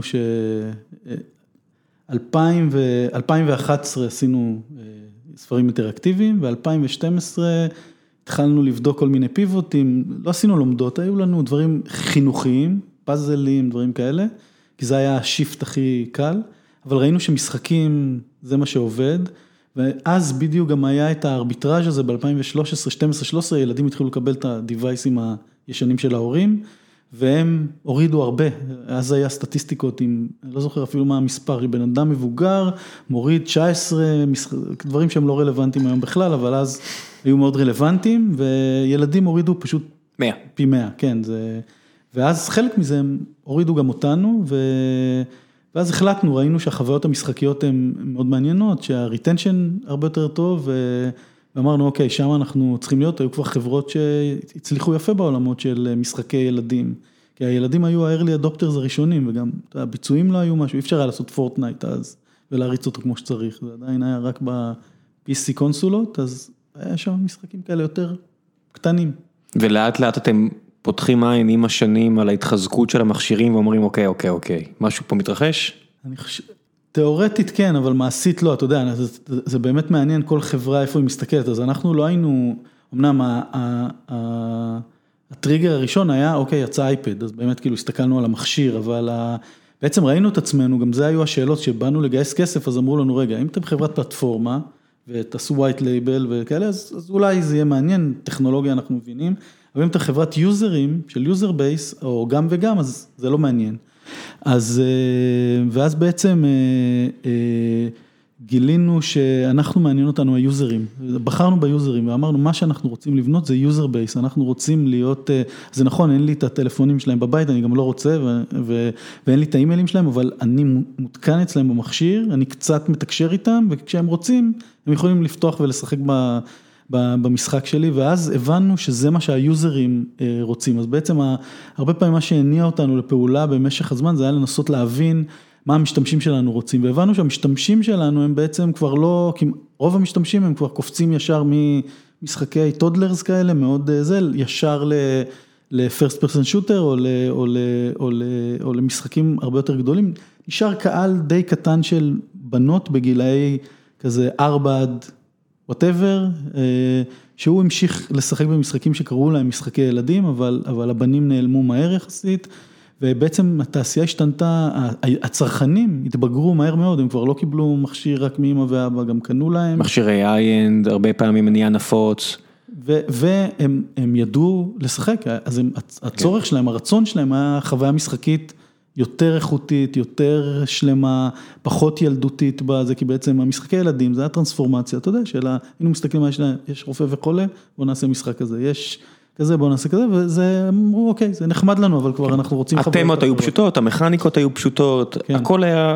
ש-אלפיים ואחת עשרה עשינו ספרים אינטראקטיביים, ו-אלפיים ושתים עשרה התחלנו לבדוק כל מיני פיבוטים, לא עשינו לומדות, היו לנו דברים חינוכיים, פאזלים, דברים כאלה, כי זה היה השיפט הכי קל, אבל ראינו שמשחקים זה מה שעובד, ואז בדיוק גם היה את הארביטראז' הזה ב-אלפיים ושלוש עשרה, שתים עשרה, שלוש עשרה, ילדים התחילו לקבל את הדיווייסים הישנים של ההורים, והם הורידו הרבה, אז היה סטטיסטיקות עם, אני לא זוכר אפילו מה המספר, בן אדם מבוגר, מוריד תשע עשרה, דברים שהם לא רלוונטיים היום בכלל, אבל אז היו מאוד רלוונטיים, וילדים הורידו פשוט מאה. פי מאה, כן, זה, ואז חלק מזה הם הורידו גם אותנו, ו... ואז החלטנו, ראינו שהחוויות המשחקיות הן מאוד מעניינות, שהריטנשן הרבה יותר טוב, ואמרנו, אוקיי, שם אנחנו צריכים להיות, היו כבר חברות שהצליחו יפה בעולמות של משחקי ילדים, כי הילדים היו ה-early adopters הראשונים, וגם הביצועים לא היו משהו, אי אפשר היה לעשות פורטנייט אז, ולהריץ אותו כמו שצריך, זה עדיין היה רק ב-פי סי קונסולות, אז היה שם משחקים כאלה יותר קטנים. ולאט לאט אתם פותחים עין עם השנים על ההתחזקות של המכשירים, ואומרים, אוקיי, אוקיי, אוקיי, משהו פה מתרחש? אני חושב, תיאורטית כן, אבל מעשית לא, אתה יודע, זה, זה באמת מעניין כל חברה איפה היא מסתכלת, אז אנחנו לא היינו, אמנם ה, ה, ה, הטריגר הראשון היה, אוקיי, יצא אייפד, אז באמת כאילו הסתכלנו על המכשיר, אבל ה, בעצם ראינו את עצמנו, גם זה היו השאלות שבאנו לגייס כסף, אז אמרו לנו, רגע, אם אתם חברת פלטפורמה, ותעשו ווייט לייבל וכאלה, אז, אז אולי זה יהיה מעניין, טכנולוגיה אנחנו מבינים, אבל אם אתם חברת יוזרים, של יוזר בייס, או גם וגם, אז זה לא מעניין. אז, ואז בעצם גילינו שאנחנו מעניין אותנו היוזרים, בחרנו ביוזרים ואמרנו מה שאנחנו רוצים לבנות זה יוזר בייס, אנחנו רוצים להיות, זה נכון, אין לי את הטלפונים שלהם בבית, אני גם לא רוצה ו, ו, ואין לי את האימיילים שלהם, אבל אני מותקן אצלהם במכשיר, אני קצת מתקשר איתם, וכשהם רוצים, הם יכולים לפתוח ולשחק ב... במשחק שלי, ואז הבנו שזה מה שהיוזרים רוצים, אז בעצם הרבה פעמים מה שהניע אותנו לפעולה במשך הזמן, זה היה לנסות להבין מה המשתמשים שלנו רוצים, והבנו שהמשתמשים שלנו הם בעצם כבר לא, כי רוב המשתמשים הם כבר קופצים ישר ממשחקי טודלרס כאלה, מאוד זה, ישר ל-first person shooter, או, ל, או, ל, או, ל, או למשחקים הרבה יותר גדולים, נשאר קהל די קטן של בנות בגילאי כזה ארבע עד whatever, שהוא המשיך לשחק במשחקים שקראו להם משחקי ילדים, אבל, אבל הבנים נעלמו מהר יחסית, ובעצם התעשייה השתנתה, הצרכנים התבגרו מהר מאוד, הם כבר לא קיבלו מכשיר רק מאמא ואבא, גם קנו להם. מכשירי איי-אנד, הרבה פעמים נהיה נפוץ. והם הם ידעו לשחק, אז הם, הצורך שלהם, הרצון שלהם היה חוויה משחקית, יותר איכותית, יותר שלמה, פחות ילדותית בזה, כי בעצם המשחקי ילדים, זה היה טרנספורמציה, אתה יודע, שאלה, היינו מסתכלים מה יש להם, יש רופא וחולה, בוא נעשה משחק כזה, יש כזה, בוא נעשה כזה, וזה, אמרו, אוקיי, זה נחמד לנו, אבל כבר אנחנו רוצים... התמות היו פשוטות, המכניקות היו פשוטות, הכל היה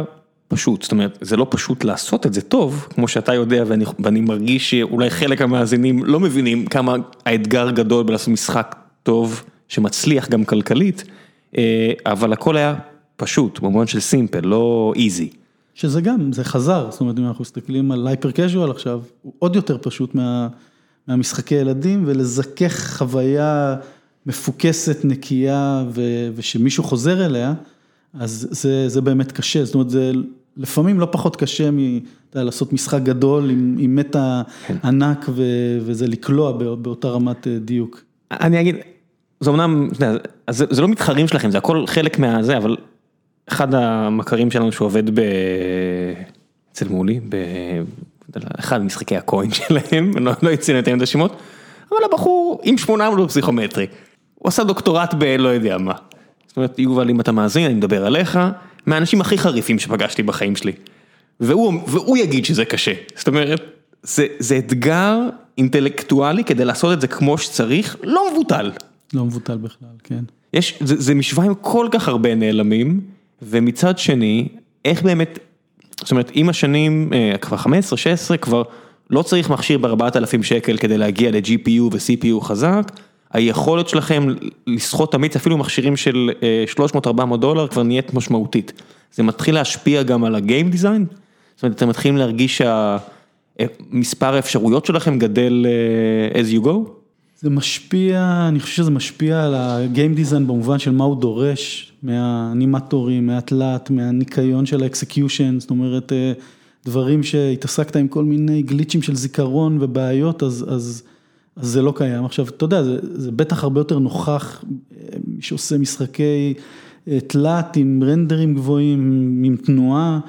פשוט, זאת אומרת, זה לא פשוט לעשות את זה טוב, כמו שאתה יודע, ואני, ואני מרגיש שאולי חלק המאזינים לא מבינים כמה האתגר גדול בלעשות משחק טוב, שמצליח גם כלכלית, אבל הכל היה פשוט, במובן של סימפל, לא איזי. שזה גם, זה חזר, זאת אומרת, אם אנחנו מסתכלים על הייפר קז'ואל עכשיו, הוא עוד יותר פשוט מה, מהמשחקי ילדים, ולזכך חוויה מפוקסת, נקייה, ו, ושמישהו חוזר אליה, אז זה, זה באמת קשה, זאת אומרת, זה לפעמים לא פחות קשה מ, לעשות משחק גדול עם, עם מטה ענק, ו, וזה לקלוע באותה רמת דיוק. אני אגיד, זה אמנם, זה, זה לא מתחרים שלכם, זה הכל חלק מהזה, אבל אחד המכרים שלנו שעובד ב... אצל מולי, באחד משחקי הקוין שלהם, לא, לא יציין את השמות, אבל הבחור עם שמונה מאות פסיכומטרי, הוא עשה דוקטורט בלא יודע מה. זאת אומרת, יובל, אם אתה מאזין, אני מדבר עליך, מהאנשים הכי חריפים שפגשתי בחיים שלי. והוא, והוא יגיד שזה קשה. זאת אומרת, זה, זה אתגר אינטלקטואלי כדי לעשות את זה כמו שצריך, לא מבוטל. לא מבוטל בכלל, כן. יש, זה, זה משוואה עם כל כך הרבה נעלמים, ומצד שני, איך באמת, זאת אומרת, עם השנים, כבר חמש עשרה שש עשרה, כבר לא צריך מכשיר ב-ארבעת אלפים שקל כדי להגיע ל-ג'י פי יו ו-סי פי יו חזק, היכולת שלכם לסחוט תמיד, אפילו מכשירים של שלוש מאות ארבע מאות דולר, כבר נהיית משמעותית. זה מתחיל להשפיע גם על הגיים דיזיין, זאת אומרת, אתם מתחילים להרגיש שהמספר האפשרויות שלכם גדל as you go? זה משפיע, אני חושב שזה משפיע על הגיים דיזיין במובן של מה הוא דורש, מהאנימטורים, מהתלת, מהניקיון של האקסקיושן, זאת אומרת, דברים שהתעסקת עם כל מיני גליצ'ים של זיכרון ובעיות, אז, אז, אז זה לא קיים. עכשיו, אתה יודע, זה, זה בטח הרבה יותר נוכח, מי שעושה משחקי תלת עם רנדרים גבוהים, עם תנועה,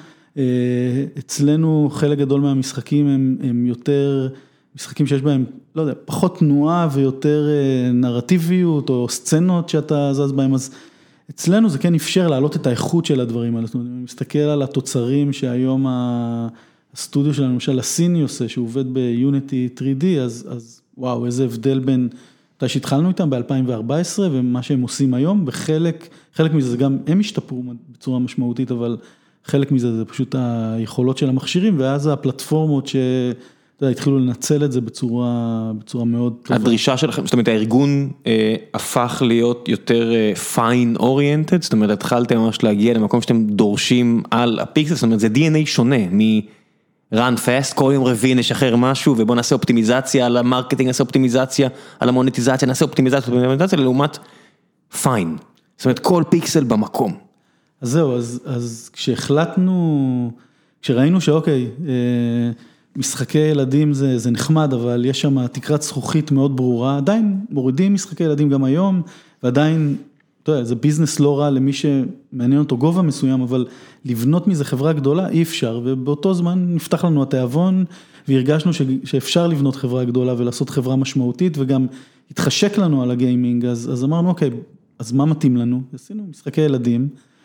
אצלנו חלק גדול מהמשחקים הם, הם יותר משחקים שיש בהם, לא יודע, פחות תנועה ויותר נרטיביות או סצנות שאתה זז בהם, אז אצלנו זה כן אפשר להעלות את האיכות של הדברים האלה, זאת אומרת, אני מסתכל על התוצרים שהיום הסטודיו שלנו, למשל הסיני עושה, שהוא עובד ביוניטי תרי די, אז, אז וואו, איזה הבדל בין, אתה שהתחלנו איתם ב-אלפיים וארבע עשרה, ומה שהם עושים היום, בחלק, חלק מזה זה גם, הם השתפרו בצורה משמעותית, אבל חלק מזה זה פשוט היכולות של המכשירים, ואז הפלטפורמות ש... אתה יודע, התחילו לנצל את זה בצורה, בצורה מאוד טובה. הדרישה שלכם, זאת אומרת, הארגון אה, הפך להיות יותר אה, fine oriented, זאת אומרת, התחלתם ממש להגיע למקום שאתם דורשים על הפיקסל, זאת אומרת, זה די אן איי שונה מ-run fast, כל יום רביעי נשחרר משהו, ובוא נעשה אופטימיזציה על המרקטינג, נעשה אופטימיזציה על המוניטיזציה, נעשה אופטימיזציה, אופטימיזציה, לעומת fine. זאת אומרת, כל פיקסל במקום. אז זהו, אז, אז כשהחלטנו, כשראינו שאוקיי, אה, משחקי ילדים זה, זה נחמד, אבל יש שם תקרת זכוכית מאוד ברורה, עדיין מורידים משחקי ילדים גם היום, ועדיין, אתה יודע, זה ביזנס לא רע למי שמעניין אותו גובה מסוים, אבל לבנות מזה חברה גדולה אי אפשר, ובאותו זמן נפתח לנו התיאבון, והרגשנו ש, שאפשר לבנות חברה גדולה ולעשות חברה משמעותית, וגם התחשק לנו על הגיימינג, אז, אז אמרנו, אוקיי, אז מה מתאים לנו? עשינו משחקי ילדים,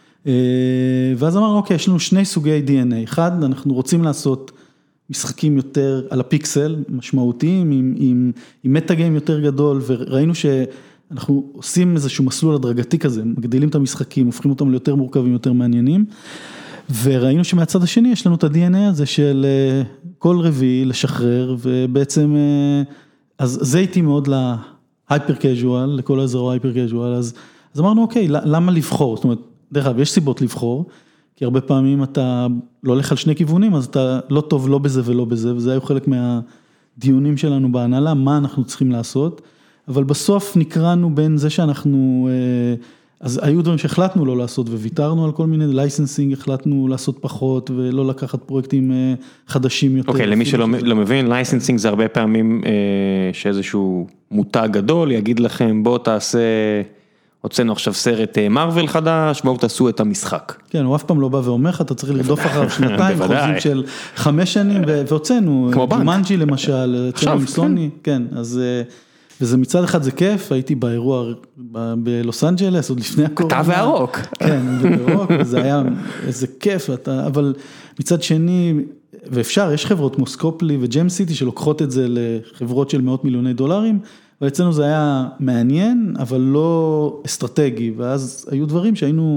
ואז אמרנו, אוקיי, יש לנו שני סוגי די אן איי, אחד, אנחנו רוצים לעשות משחקים יותר על הפיקסל, משמעותיים, עם, עם, עם מטה-גיים יותר גדול, וראינו שאנחנו עושים איזשהו מסלול הדרגתי כזה, מגדילים את המשחקים, הופכים אותם ליותר מורכבים, יותר מעניינים, וראינו שמהצד השני יש לנו את ה-די אן איי הזה של כל רביעי לשחרר, ובעצם, אז זה הייתי מאוד להייפר קז'ואל, לכל האזור הייפר קז'ואל, אז, אז אמרנו, אוקיי, למה לבחור? זאת אומרת, דרך אגב, יש סיבות לבחור, כי הרבה פעמים אתה לא הולך על שני כיוונים, אז אתה לא טוב לא בזה ולא בזה, וזה היה חלק מהדיונים שלנו בהנהלה, מה אנחנו צריכים לעשות, אבל בסוף נקראנו בין זה שאנחנו, אז היו דברים שהחלטנו לא לעשות, וויתרנו על כל מיני לייסנסינג, החלטנו לעשות פחות, ולא לקחת פרויקטים חדשים יותר. אוקיי, למי שלא מבין, לייסנסינג זה הרבה פעמים שאיזשהו מותג גדול, יגיד לכם, בוא תעשה... הוצאנו עכשיו סרט מרוול חדש, בואו תעשו את המשחק. כן, הוא אף פעם לא בא ואומר לך, אתה צריך לרדוף אחריו שנתיים, חוזים של חמש שנים, והוצאנו, ג'ומנג'י למשל, עכשיו, סוני, כן, אז, וזה מצד אחד זה כיף, הייתי באירוע בלוס אנג'לס, עוד לפני הקורונה. אתה והרוק. כן, והרוק, זה היה איזה כיף, אבל מצד שני, ואפשר, יש חברות כמו סקופלי וג'ם סיטי, שלוקחות את זה לחברות של מאות מיליוני דולרים, ואצלנו זה היה מעניין, אבל לא אסטרטגי, ואז היו דברים שהיינו,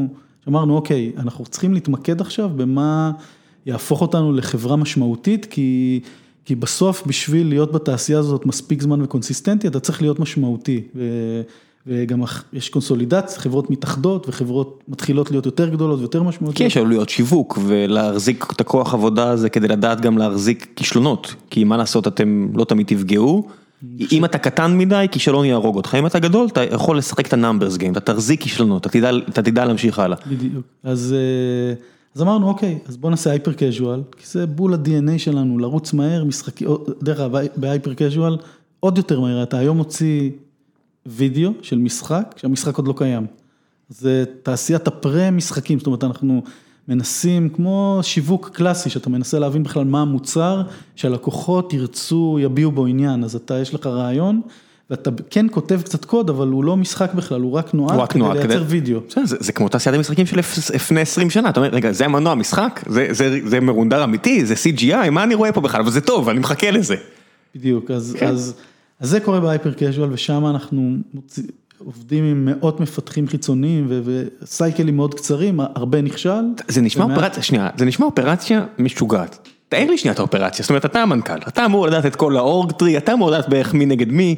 אמרנו, אוקיי, אנחנו צריכים להתמקד עכשיו במה יהפוך אותנו לחברה משמעותית, כי, כי בסוף בשביל להיות בתעשייה הזאת מספיק זמן וקונסיסטנטי, אתה צריך להיות משמעותי, ו, וגם יש קונסולידציה, חברות מתאחדות, וחברות מתחילות להיות יותר גדולות ויותר משמעותיות. כי יש עלויות שיווק, ולהחזיק את הכוח עבודה הזה, כדי לדעת גם להחזיק כישלונות, כי מה לעשות, אתם לא תמיד תפגעו, אם אתה קטן מדי, כישלון יהרוג אותך, אם אתה גדול, אתה יכול לשחק את הנאמברס גיים, אתה תחזיק כישלונות, אתה תדע, אתה תדע להמשיך הלאה. בדיוק, אז, אז אמרנו, אוקיי, אז בוא נעשה הייפר קז'ואל, כי זה בול ה-די אן איי שלנו, לרוץ מהר, משחקי, דרך אגב, בהייפר קז'ואל, עוד יותר מהר, אתה היום מוציא וידאו של משחק, שהמשחק עוד לא קיים. זה תעשיית הפרה משחקים, זאת אומרת, אנחנו מנסים, כמו שיווק קלאסי, שאתה מנסה להבין בכלל מה המוצר, שהלקוחות ירצו, יביעו בו עניין, אז אתה, יש לך רעיון, ואתה כן כותב קצת קוד, אבל הוא לא משחק בכלל, הוא רק נועד כדי לייצר וידאו. זה, זה כמו תעשיית המשחקים של לפני עשרים שנה, אתה אומר, רגע, זה המנוע המשחק, זה, זה, זה מרונדר אמיתי, זה סי ג'י איי, מה אני רואה פה בכלל, אבל זה טוב, אני מחכה לזה. בדיוק, אז, כן. אז, אז זה קורה בהייפר קז'ואל, ושם אנחנו מוצאים, עובדים עם מאות מפתחים חיצוניים וסייקלים מאוד קצרים, הרבה נכשל. זה נשמע אופרציה, שנייה, זה נשמע אופרציה משוגעת. תאר לי שנייה את האופרציה, זאת אומרת, אתה המנכ"ל, אתה אמור לדעת את כל האורג טרי, אתה אמור לדעת בערך מי נגד מי.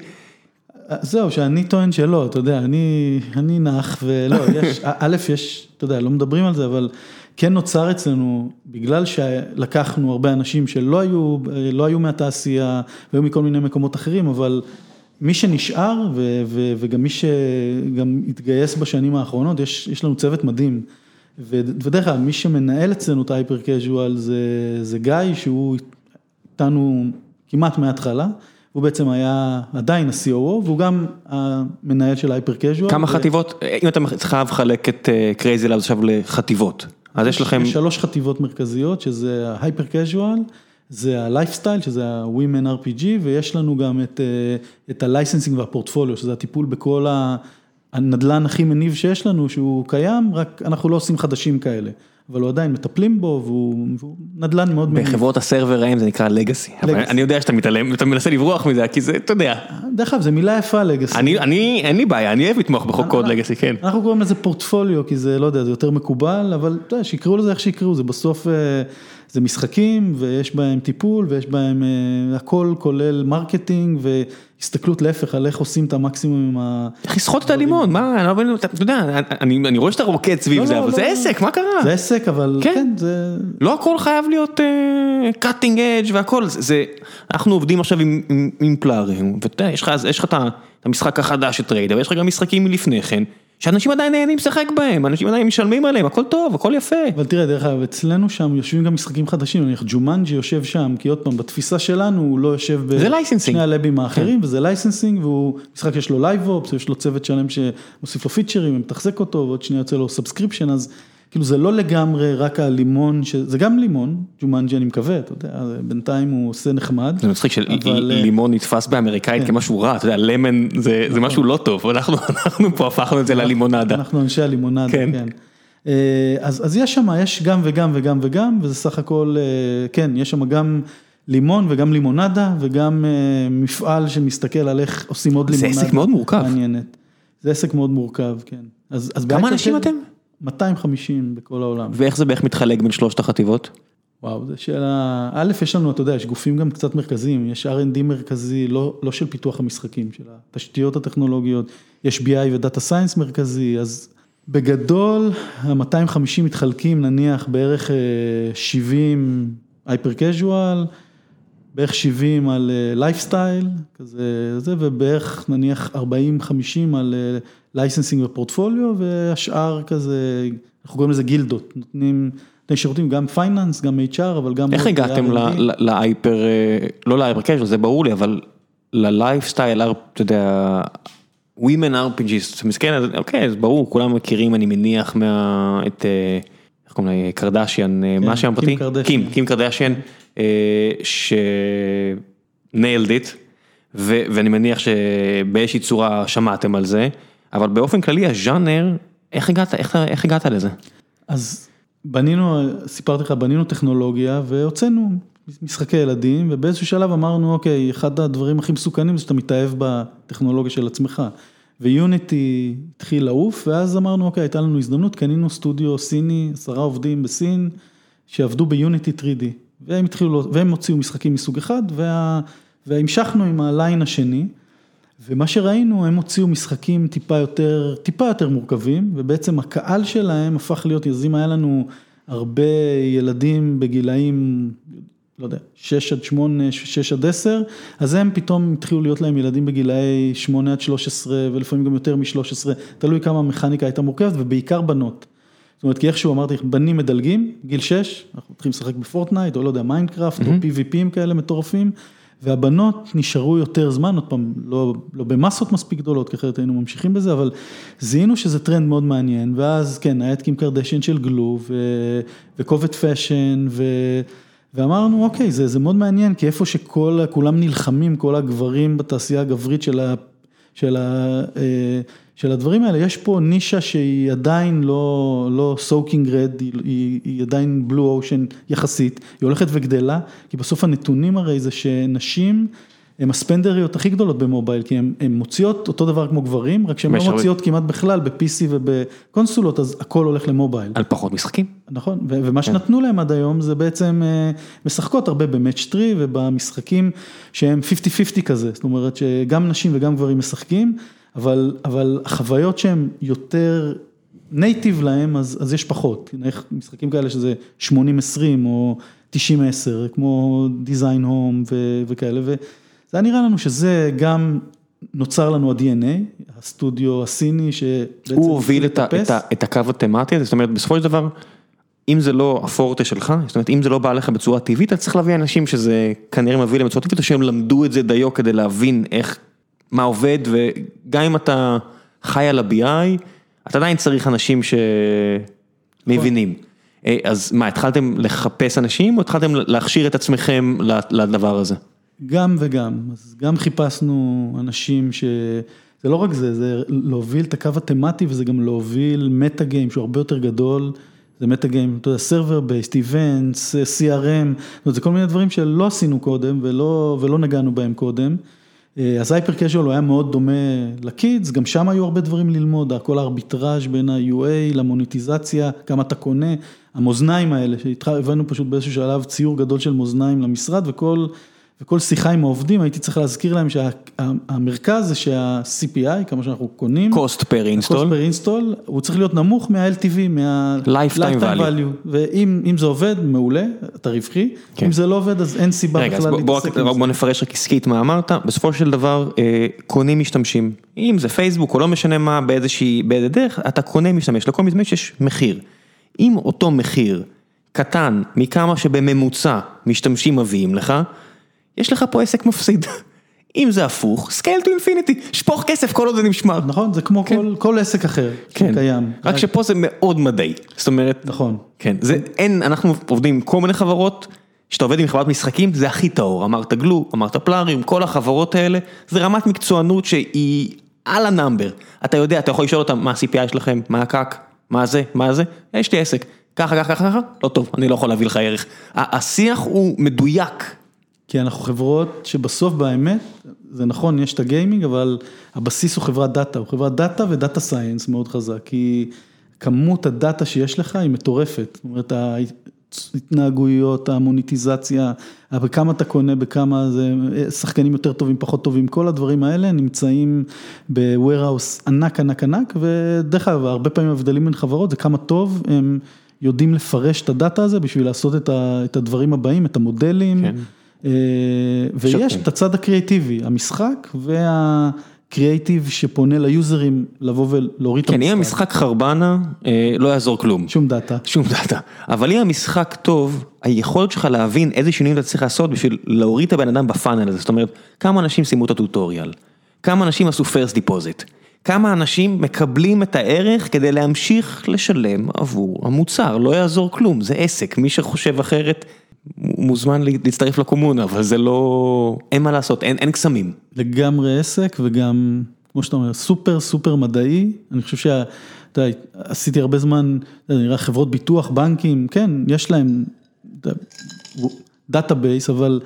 זהו, שאני טוען שלא, אתה יודע, אני, אני נח ולא, יש, א', יש, אתה יודע, לא מדברים על זה, אבל כן נוצר אצלנו, בגלל שלקחנו הרבה אנשים שלא היו, לא היו מהתעשייה, והיו מכל מיני מקומות אחרים, אבל מי שנשאר, ו, ו, וגם מי שגם התגייס בשנים האחרונות, יש, יש לנו צוות מדהים, ו, ודרך כלל, מי שמנהל אצלנו את ההייפר קז'ואל, זה, זה גיא, שהוא איתנו כמעט מההתחלה, הוא בעצם היה עדיין ה-סי או או, והוא גם המנהל של ההייפר קז'ואל. כמה חטיבות, אם אתה חייב לחלק את קרייזי לאבס עכשיו לחטיבות, אז יש לכם... יש שלוש חטיבות מרכזיות, שזה ההייפר קז'ואל, זה הלייפסטייל, שזה ה-Women אר פי ג'י, ויש לנו גם את, את הלייסנסינג והפורטפוליו, שזה הטיפול בכל הנדלן הכי מניב שיש לנו, שהוא קיים, רק אנחנו לא עושים חדשים כאלה. אבל הוא עדיין מטפלים בו, והוא, והוא נדל"ן מאוד מניב. בחברות הסרבר ההם זה נקרא לגאסי. אני יודע שאתה מתעלם, אתה מנסה לברוח מזה, כי זה, אתה יודע. דרך אגב, זה מילה יפה, לגאסי. אני, אני, אין לי בעיה, אני אוהב לתמוך בחוק קוד לגאסי, כן. אנחנו קוראים לזה פורטפוליו, כי זה, לא יודע, זה יותר מקובל, אבל אתה יודע, שיקראו לזה איך שיקראו, זה בסוף, זה משחקים, ויש בהם טיפול, ויש בהם הכל, כולל מרקטינג, והסתכלות להפך על איך עושים את המקסימום עם ה... איך לסחוט את הלימון, מה, אני לא מבין, אתה יודע, אני רואה שאתה רוקד סביב זה, אבל זה עסק, מה קרה? זה עסק, אבל כן, זה... לא הכל חייב להיות cutting edge והכל, זה, אנחנו עובדים עכשיו עם פלארים, ואתה יודע, יש לך את המשחק החדש של טריידר, ויש לך גם משחקים מלפני כן, שאנשים עדיין נהנים לשחק בהם, אנשים עדיין משלמים עליהם, הכל טוב, הכל יפה. אבל תראה, דרך אגב, אצלנו שם יושבים גם משחקים חדשים, אני חושב, ג'ומנג'י יושב שם, כי עוד פעם, בתפיסה שלנו הוא לא יושב בשני הלבים האחרים, וזה לייסנסינג, והוא משחק שיש לו לייב-אופס, יש לו צוות שלם שמוסיף לו פיצ'רים, מתחזק אותו, ועוד שנייה יוצא לו סאבסקריפשן, אז כאילו זה לא לגמרי רק הלימון, זה גם לימון, ג'ומנג'י אני מקווה, אתה יודע, בינתיים הוא עושה נחמד. זה מצחיק שלימון נתפס באמריקאית כמשהו רע, אתה יודע, למן זה משהו לא טוב, אנחנו פה הפכנו את זה ללימונדה. אנחנו אנשי הלימונדה, כן. אז יש שם, יש גם וגם וגם וגם, וזה סך הכל, כן, יש שם גם לימון וגם לימונדה, וגם מפעל שמסתכל על איך עושים עוד לימונדה. זה עסק מאוד מורכב. מעניינת. זה עסק מאוד מורכב, כן. כמה אנשים אתם? מאתיים וחמישים בכל העולם. ואיך זה בערך מתחלק בין שלושת החטיבות? וואו, זה שאלה, א', יש לנו, אתה יודע, יש גופים גם קצת מרכזיים, יש אר אנד די מרכזי, לא, לא של פיתוח המשחקים, של התשתיות הטכנולוגיות, יש בי איי ודאטה סיינס מרכזי, אז בגדול, ה-מאתיים וחמישים מתחלקים, נניח, בערך שבעים הייפר קז'ואל, בערך שבעים על לייפסטייל, כזה, זה, ובערך נניח ארבעים חמישים על לייסנסינג ופורטפוליו, והשאר כזה, אנחנו קוראים לזה גילדות, נותנים, נותנים שירותים גם פייננס, גם אייץ' אר, אבל גם... איך הגעתם להייפר, לא להייפר קז'ואל, זה ברור לי, אבל ללייפסטייל, אתה יודע, Women אר פי ג'י, זה מסכן, אוקיי, אז ברור, כולם מכירים, אני מניח, מה, את, איך קוראים לה, קרדשיאן, מה שם פרטי? קים, קים קרדשיאן, ש-nailed it, ואני מניח שבאיזושהי צורה שמעתם על זה, אבל באופן כללי, הז'אנר, איך הגעת, איך, איך הגעת לזה? אז בנינו, סיפרתי לך, בנינו טכנולוגיה, והוצאנו משחקי ילדים, ובאיזשהו שלב אמרנו, אוקיי, אחד הדברים הכי מסוכנים, זה שאתה מתאהב בטכנולוגיה של עצמך, ויוניטי התחיל לעוף, ואז אמרנו, אוקיי, הייתה לנו הזדמנות, קנינו סטודיו סיני, עשרה עובדים בסין, שעבדו ביוניטי תרי די, והם התחילו, והם הוציאו משחקים מסוג אחד, וה, והמשכנו עם הליין השני, ומה שראינו, הם הוציאו משחקים טיפה יותר, טיפה יותר מורכבים, ובעצם הקהל שלהם הפך להיות יזים, היה לנו הרבה ילדים בגילאים, לא יודע, שש עד שמונה, שש עד עשר, אז הם פתאום התחילו להיות להם ילדים בגילאי שמונה עד שלוש עשרה, ולפעמים גם יותר מ-שלוש עשרה, תלוי כמה המכניקה הייתה מורכבת, ובעיקר בנות. זאת אומרת, כי איכשהו אמרתי, בנים מדלגים, גיל שש, אנחנו מתחילים לשחק בפורטנייט, או לא יודע, מיינקראפט, או פי וי פי'ים כאלה מטורפים, והבנות נשארו יותר זמן, עוד פעם, לא, לא במסות מספיק גדולות, כי אחרת היינו ממשיכים בזה, אבל זיהינו שזה טרנד מאוד מעניין, ואז כן, היה את קים קרדשיין של גלו, ו- וקובט פשן, ו... ואמרנו, אוקיי, זה, זה מאוד מעניין, כי איפה שכל, כולם נלחמים, כל הגברים בתעשייה הגברית של ה... של ה... של הדברים האלה, יש פה נישה שהיא עדיין לא, לא soaking red, היא, היא עדיין blue ocean יחסית, היא הולכת וגדלה, כי בסוף הנתונים הרי זה שנשים, הן הספנדריות הכי גדולות במובייל, כי הן מוציאות אותו דבר כמו גברים, רק שהן לא מוציאות כמעט בכלל ב-פי סי ובקונסולות, אז הכל הולך למובייל. על פחות משחקים. נכון, ומה שנתנו להם עד היום, זה בעצם משחקות הרבה במאץ' טרי, ובמשחקים שהם חמישים חמישים כזה, זאת אומרת שגם נשים וגם גברים משחקים, אבל, אבל החוויות שהן יותר נייטיב להם, אז, אז יש פחות. משחקים כאלה שזה שמונים עשרים או תשעים עשר, כמו דיזיין הום ו, וכאלה, וזה היה נראה לנו שזה גם נוצר לנו ה-די אן איי, הסטודיו הסיני, שבעצם הוא הוביל את, את, את הקו התמטי הזה, זאת אומרת, בסופו של דבר, אם זה לא הפורטה שלך, זאת אומרת, אם זה לא בא לך בצורה טבעית, אתה צריך להביא אנשים שזה כנראה מביא להם בצורה טבעית, או שהם למדו את זה דיו כדי להבין איך, מה עובד, וגם אם אתה חי על ה-בי איי, אתה עדיין צריך אנשים שמבינים. אז מה, התחלתם לחפש אנשים, או התחלתם להכשיר את עצמכם לדבר הזה? גם וגם, אז גם חיפשנו אנשים ש... זה לא רק זה, זה להוביל את הקו התמטי, וזה גם להוביל מטה גיים, שהוא הרבה יותר גדול, זה מטה גיים, אתה יודע, סרבר בייסט, איבנטס, סי אר אם, זה כל מיני דברים שלא עשינו קודם, ולא, ולא נגענו בהם קודם, אז הייפר קז'ואל הוא היה מאוד דומה לקידס, גם שם היו הרבה דברים ללמוד, כל הארביטראז' בין ה-יו איי למוניטיזציה, כמה אתה קונה, המאזניים האלה, שהבאנו פשוט באיזשהו שלב ציור גדול של מאזניים למשרד, וכל, וכל שיחה עם העובדים, הייתי צריך להזכיר להם שהמרכז זה שה-סי פי איי, כמה שאנחנו קונים, cost per install, cost per install, הוא צריך להיות נמוך מה-אל טי וי, מה-lifetime value, ואם זה עובד, מעולה, אתה רווחי, כן. אם זה לא עובד, אז אין סיבה רגע, בכלל בוא, להתעסק בוא, עם בוא זה. נפרש רק עסקית מה אמרת, בסופו של דבר, אה, קונים משתמשים, אם זה פייסבוק, או לא משנה מה, באיזושהי, באיזה דרך, אתה קונה משתמש, לכל משתמש יש מחיר, אם אותו מחיר קטן, מכמה שבממוצע משתמשים מביאים לך, יש לך פה עסק מפסיד. אם זה הפוך, scale to infinity, שפוך כסף כל עוד זה נשמר. נכון, זה כמו כן. כל, כל עסק אחר כן. שקיים. רק שפה זה מאוד מדעי. זאת אומרת, נכון. כן, זה, אין, אנחנו עובדים עם כל מיני חברות, שאתה עובד עם חברת משחקים, זה הכי טהור. אמרת גלו, אמרת פלאריום, כל החברות האלה, זה רמת מקצוענות שהיא על הנאמבר. אתה יודע, אתה יכול לשאול אותם, מה ה-סי פי איי שלכם, מה הקאק, מה זה, מה זה, יש לי עסק. ככה, ככה, ככה, לא טוב, אני לא יכול להביא לך ערך. השיח הוא מדויק. כי אנחנו חברות שבסוף באמת, זה נכון, יש את הגיימינג, אבל הבסיס הוא חברת דאטה, הוא חברת דאטה ודאטה סיינס מאוד חזק, כי כמות הדאטה שיש לך היא מטורפת, זאת אומרת, ההתנהגויות, המוניטיזציה, בכמה אתה קונה, בכמה זה, שחקנים יותר טובים, פחות טובים, כל הדברים האלה נמצאים ב-warehouse ענק, ענק, ענק, ודרך אגב, הרבה פעמים הבדלים בין חברות, זה כמה טוב, הם יודעים לפרש את הדאטה הזה, בשביל לעשות את הדברים הבאים, את המודלים, כן. ויש את הצד הקריאטיבי, המשחק והקריאטיב שפונה ליוזרים לבוא ולהוריד את המשחק. כן, אם המשחק חרבנה, לא יעזור כלום. שום דאטה. שום דאטה. אבל אם המשחק טוב, היכולת שלך להבין איזה שינויים אתה צריך לעשות בשביל להוריד את הבן אדם בפאנל הזה. זאת אומרת, כמה אנשים סיימו את הטוטוריאל, כמה אנשים עשו first deposit, כמה אנשים מקבלים את הערך כדי להמשיך לשלם עבור המוצר. לא יעזור כלום, זה עסק. מי שחושב אחרת מוזמן להצטרף לקומונה, אבל זה לא, אין מה לעשות, אין, אין קסמים. לגמרי עסק, וגם, כמו שאתה אומר, סופר סופר מדעי, אני חושב שה, אתה יודע, עשיתי הרבה זמן, נראה חברות ביטוח, בנקים, כן, יש להם דאטאבייס, אבל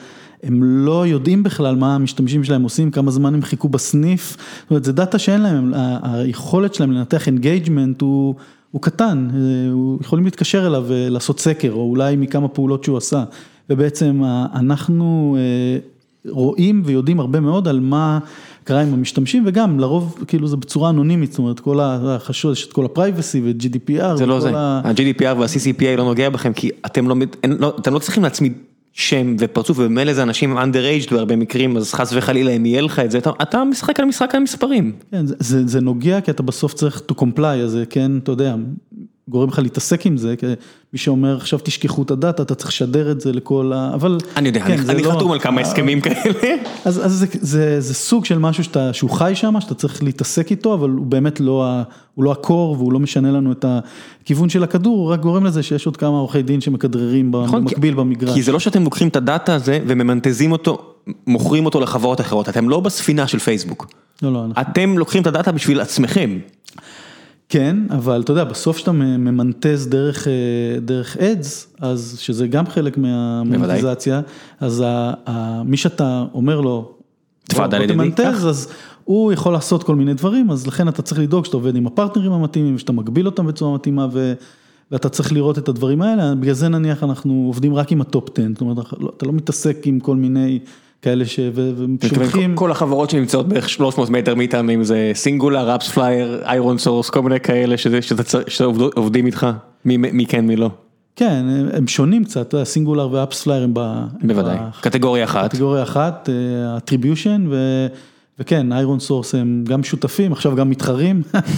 הם לא יודעים בכלל מה המשתמשים שלהם עושים, כמה זמן הם חיכו בסניף, זאת אומרת, זה דאטה שאין להם, היכולת שלהם לנתח אינגייג'מנט הוא, הוא קטן, יכולים להתקשר אליו ולעשות סקר, או אולי מכמה פעולות שהוא עשה, ובעצם אנחנו רואים ויודעים הרבה מאוד על מה קרה עם המשתמשים, וגם לרוב כאילו זה בצורה אנונימית, זאת אומרת, כל החשוד, יש את כל הפרייבסי ו-ג'י די פי אר. זה לא זה, ה-ג'י די פי אר וה-סי סי פי איי לא נוגע בכם, כי אתם לא, אתם לא צריכים להצמיד שם ופרצוף, ובמילא זה אנשים underaged בהרבה מקרים, אז חס וחלילה אם יהיה לך את זה, אתה משחק על משחק על מספרים. כן, זה, זה נוגע, כי אתה בסוף צריך to comply, אז כן, אתה יודע, גורם לך להתעסק עם זה, כי מי שאומר, עכשיו תשכחו את הדאטה, אתה צריך לשדר את זה לכל ה... אבל... אני יודע, כן, אני לא... חתום על כמה הסכמים כאלה. אז, אז זה, זה, זה סוג של משהו שאתה, שהוא חי שם, שאתה צריך להתעסק איתו, אבל הוא באמת לא, ה, הוא לא הקור, והוא לא משנה לנו את הכיוון של הכדור, הוא רק גורם לזה שיש עוד כמה עורכי דין שמכדררים במקביל במגרש. כי זה לא שאתם לוקחים את הדאטה הזה, וממנטזים אותו, מוכרים אותו לחברות אחרות, אתם לא בספינה של פייסבוק. לא, לא, אנחנו... אתם לוקחים את הדאטה בשביל עצמכם. כן, אבל אתה יודע, בסוף שאתה ממנטז דרך, דרך אדס, אז שזה גם חלק מהמונטיזציה, אז ה, ה, מי שאתה אומר לו, בוא תמנטז, אז הוא יכול לעשות כל מיני דברים, אז לכן אתה צריך לדאוג שאתה עובד עם הפרטנרים המתאימים, שאתה מגביל אותם בצורה מתאימה, ו, ואתה צריך לראות את הדברים האלה, בגלל זה נניח אנחנו עובדים רק עם הטופ עשר, זאת אומרת, אתה לא מתעסק עם כל מיני... כאלה ששולחים... כל החברות שנמצאות בערך שלוש מאות מטר מאיתם, אם זה סינגולר, אפס פלייר, איירון סורס, כל מיני כאלה שעובדים איתך, מי כן, מי לא. כן, הם שונים קצת, סינגולר ואפס פלייר הם בוודאי, קטגוריה אחת. קטגוריה אחת, attribution, וכן, איירון סורס הם גם שותפים, עכשיו גם מתחרים,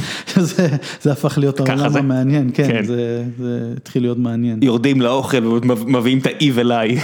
זה הפך להיות העולם המעניין, כן, זה התחיל להיות מעניין. יורדים לאוכל ומביאים את האיב אליי.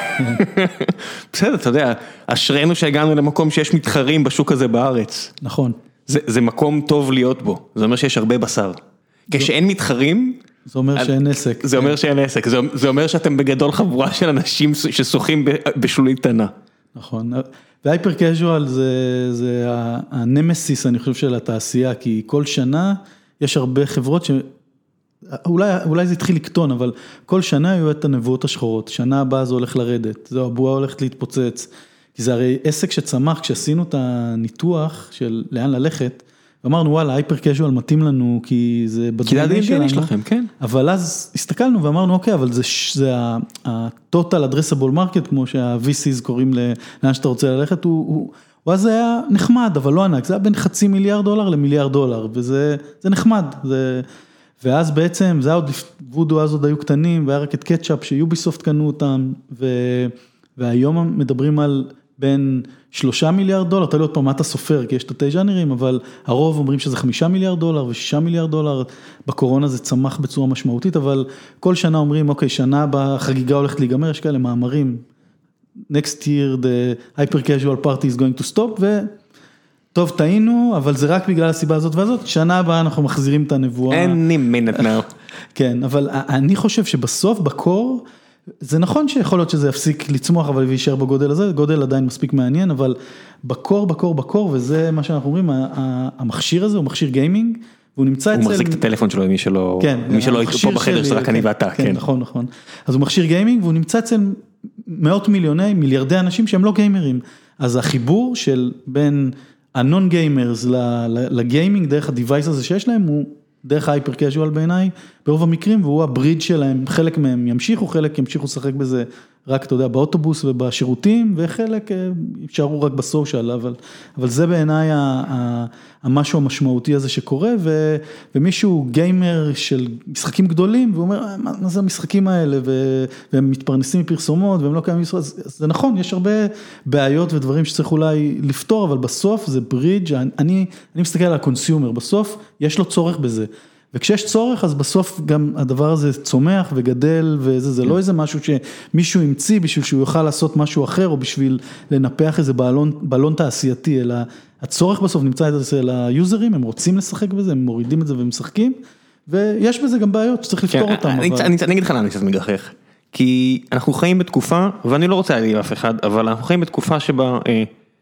בסדר, אתה יודע, אשרנו שהגענו למקום שיש מתחרים בשוק הזה בארץ. נכון. זה מקום טוב להיות בו, זה אומר שיש הרבה בשר. כשאין מתחרים... זה אומר שאין עסק. זה אומר שאין עסק, זה אומר שאתם בגדול חבורה של אנשים ששוחים בשולית קטנה. נכון. והייפר קז'ואל זה, זה הנמסיס, אני חושב, של התעשייה, כי כל שנה יש הרבה חברות ש... אולי, אולי זה התחיל לקטון, אבל כל שנה היו את הנבואות השחורות, שנה הבאה זה הולך לרדת, זו הבועה הולכת להתפוצץ, כי זה הרי עסק שצמח, כשעשינו את הניתוח של לאן ללכת, ואמרנו וואלה, הייפר קז'ואל מתאים לנו, כי זה בדברים שלנו, שלכם, כן. אבל אז הסתכלנו ואמרנו, אוקיי, אבל זה, זה ה-total addressable market, כמו שה-וי סי'ס קוראים לאן שאתה רוצה ללכת, הוא, הוא, הוא אז היה נחמד, אבל לא ענק, זה היה בין חצי מיליארד דולר למיליארד דולר, וזה זה נחמד, זה, ואז בעצם, זה היה עוד, וודו אז עוד היו קטנים, והיה רק את קטשאפ, שיוביסופט קנו אותם, ו, והיום מדברים על בין שלושה מיליארד דולר, אתה לא יודע פעם מה אתה סופר, כי יש את התי ז'אנרים, אבל הרוב אומרים שזה חמישה מיליארד דולר ושישה מיליארד דולר, בקורונה זה צמח בצורה משמעותית, אבל כל שנה אומרים, אוקיי, שנה בחגיגה הולכת להיגמר, יש כאלה מאמרים, next year the hyper casual party is going to stop, וטוב, טעינו, אבל זה רק בגלל הסיבה הזאת והזאת, שנה הבאה אנחנו מחזירים את הנבואה. Any minute now. כן, אבל אני חושב שבסוף, בקור, זה נכון שיכול להיות שזה יפסיק לצמוח, אבל וישאר בגודל הזה, גודל עדיין מספיק מעניין, אבל בקור, בקור, בקור, וזה מה שאנחנו אומרים, המכשיר הזה הוא מכשיר גיימינג, והוא נמצא אצל... הוא מחזיק את הטלפון שלו, מי שלא... כן. מי שלא פה בחדר, זה רק אני ואתה, כן. נכון, נכון. אז הוא מכשיר גיימינג, והוא נמצא אצל מאות מיליוני, מיליארדי אנשים שהם לא גיימרים. אז החיבור של בין הנון גיימרס לגיימינג, דרך הדיווייס הזה שיש להם, הוא... דרך הייפר קז'ואל בעיניי, ברוב המקרים, והוא הבריד שלהם, חלק מהם ימשיכו, חלק ימשיכו לשחק בזה רק, אתה יודע, באוטובוס ובשירותים, וחלק יישארו רק בסושיאל, אבל, אבל זה בעיניי המשהו המשמעותי הזה שקורה, ו, ומישהו גיימר של משחקים גדולים, והוא אומר, מה, מה זה המשחקים האלה, ו, והם מתפרנסים מפרסומות, והם לא קיימים בישראל, אז, אז זה נכון, יש הרבה בעיות ודברים שצריך אולי לפתור, אבל בסוף זה ברידג', אני, אני מסתכל על הקונסיומר, בסוף יש לו צורך בזה, וכשיש צורך, אז בסוף גם הדבר הזה צומח וגדל, וזה זה לא איזה משהו שמישהו המציא בשביל שהוא יוכל לעשות משהו אחר, או בשביל לנפח איזה בלון, בלון תעשייתי, אלא הצורך בסוף נמצא אצל היוזרים, הם רוצים לשחק בזה, הם מורידים את זה ומשחקים, ויש בזה גם בעיות שצריך לפתור אותם. אני אגיד לך למה אני קצת מגחך, כי אנחנו חיים בתקופה, ואני לא רוצה להגיד אף אחד, אבל אנחנו חיים בתקופה שבה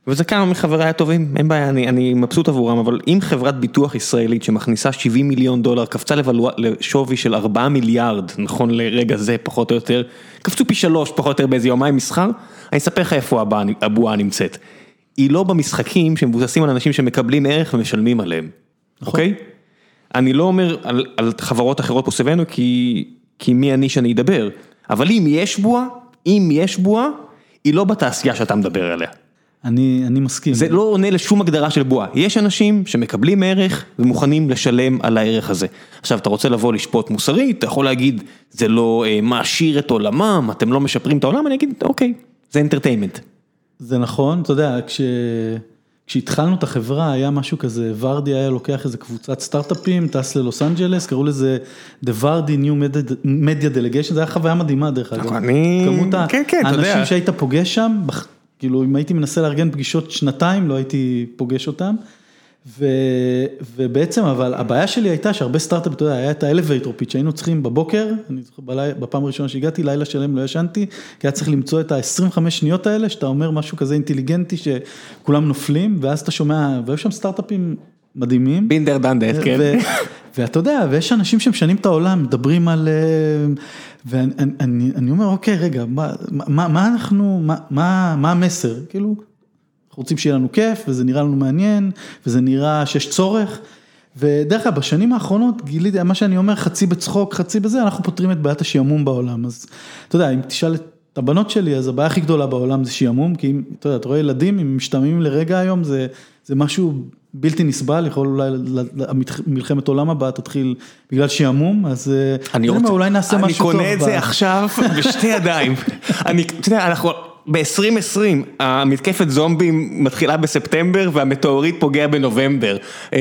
וזה כמה מחבריי הטובים, אין בעיה, אני, אני מבסוט עבורם, אבל אם חברת ביטוח ישראלית שמכניסה שבעים מיליון דולר, קפצה לשווי של ארבעה מיליארד, נכון לרגע זה פחות או יותר, קפצו פי שלוש פחות או יותר באיזה יומיים מסחר, אני אספר לך איפה הבועה נמצאת. היא לא במשחקים שמבוססים על אנשים שמקבלים ערך ומשלמים עליהם, אוקיי? אני לא אומר על, על חברות אחרות פה סביבנו, כי, כי מי אני שאני אדבר, אבל אם יש בועה, אם יש בועה, היא לא בתעשייה שאתה מדבר עליה. אני, אני מסכים. זה לא עונה לשום הגדרה של בועה. יש אנשים שמקבלים ערך ומוכנים לשלם על הערך הזה. עכשיו, אתה רוצה לבוא לשפוט מוסרית, אתה יכול להגיד, זה לא אה, מעשיר את עולמם, אתם לא משפרים את העולם, אני אגיד, אוקיי, זה אנטרטיימנט. זה נכון, אתה יודע, כש... כשהתחלנו את החברה, היה משהו כזה, ורדי היה לוקח איזה קבוצת סטארט-אפים, טס ללוס אנג'לס, קראו לזה The Vardy New Media Delegation, זה היה חוויה מדהימה דרך אגב. אני... כמות כן, כן, אתה יודע. האנשים שהיית פוגש שם, כאילו אם הייתי מנסה לארגן פגישות שנתיים, לא הייתי פוגש אותם, ו... ובעצם, אבל הבעיה שלי הייתה שהרבה סטארט-אפ, אתה יודע, היה את האלווייטור פיץ', שהיינו צריכים בבוקר, אני זוכר בפעם הראשונה שהגעתי, לילה שלם לא ישנתי, כי היה צריך למצוא את ה-עשרים וחמש שניות האלה, שאתה אומר משהו כזה אינטליגנטי, שכולם נופלים, ואז אתה שומע, והיו שם סטארט-אפים מדהימים. בינדר דנדט, כן. ו... ואתה יודע, ויש אנשים שמשנים את העולם, מדברים על... ואני אני, אני אומר, אוקיי, רגע, מה, מה, מה אנחנו, מה, מה, מה המסר? כאילו, אנחנו רוצים שיהיה לנו כיף, וזה נראה לנו מעניין, וזה נראה שיש צורך, ודרך כלל, בשנים האחרונות, גיליתי, מה שאני אומר, חצי בצחוק, חצי בזה, אנחנו פותרים את בעיית השעמום בעולם, אז אתה יודע, אם תשאל את הבנות שלי, אז הבעיה הכי גדולה בעולם זה שעמום, כי אם, אתה יודע, אתה רואה ילדים, אם משתממים לרגע היום, זה, זה משהו בלתי נסבל, יכול אולי, מלחמת עולם הבאה תתחיל בגלל שעמום, אז אני רוצה, אולי נעשה משהו טוב. אני קונה את זה עכשיו בשתי ידיים, אני, אתה יודע, אנחנו... ב-עשרים עשרים, המתקפת זומבים מתחילה בספטמבר, והמטאורית פוגע בנובמבר.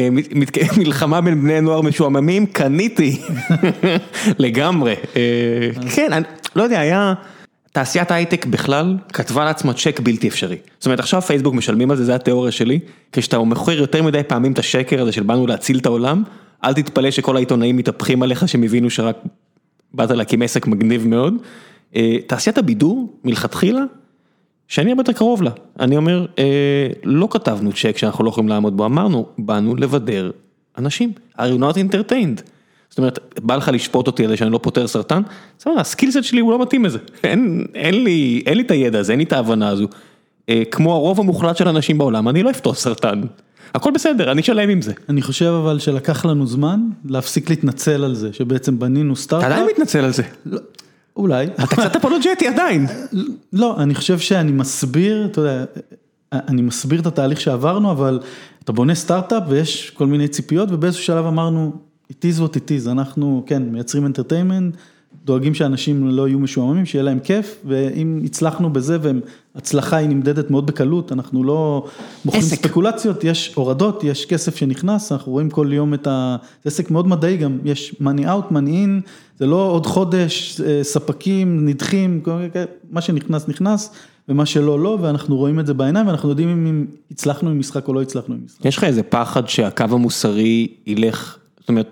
מלחמה בין בני נוער משועממים, קניתי לגמרי. כן, אני לא יודע, היה... תעשיית ההייטק בכלל כתבה לעצמה צ'ק בלתי אפשרי. זאת אומרת, עכשיו פייסבוק משלמים על זה, זה התיאוריה שלי, כשאתה מוכר יותר מדי פעמים את השקר הזה של באנו להציל את העולם, אל תתפלא שכל העיתונאים מתהפכים עליך, שהם הבינו שרק באת להקים עסק מגניב מאוד. תעשיית הבידור, מלכתחילה, שאני הרבה יותר קרוב לה. אני אומר, אה, לא כתבנו צ'ק שאנחנו לא יכולים לעמוד בו, אמרנו, באנו לבדר אנשים. Are you not entertained? זאת אומרת, בא לך לשפוט אותי על זה שאני לא פותר סרטן, זאת אומרת, הסקילסט שלי הוא לא מתאים לזה. אין, אין לי, אין לי את הידע הזה, אין לי את ההבנה הזו. אה, כמו הרוב המוחלט של אנשים בעולם, אני לא אפתור סרטן. הכל בסדר, אני שלם עם זה. אני חושב אבל שלקח לנו זמן להפסיק להתנצל על זה, שבעצם בנינו סטארט-אפ. אתה עדיין מתנצל על זה. לא. אולי. אתה קצת אפולוג'טי עדיין. לא, אני חושב שאני מסביר, אתה יודע, אני מסביר את התהליך שעברנו, אבל אתה בונה סטארט-אפ ויש כל מיני ציפיות, ובאיזשהו שלב אמרנו, it is what it is, אנחנו, כן, מייצרים אנטרטיימנט, דואגים שאנשים לא יהיו משועממים, שיהיה להם כיף, ואם הצלחנו בזה, והצלחה היא נמדדת מאוד בקלות, אנחנו לא מוכנים ספקולציות, יש הורדות, יש כסף שנכנס, אנחנו רואים כל יום את ה... זה עסק מאוד מדעי גם, יש money out, money in, זה לא עוד חודש, ספקים, נדחים, מה שנכנס נכנס, ומה שלא לא, ואנחנו רואים את זה בעיניים, ואנחנו יודעים אם הצלחנו עם משחק או לא הצלחנו עם משחק. יש לך איזה פחד שהקו המוסרי ילך, זאת אומרת,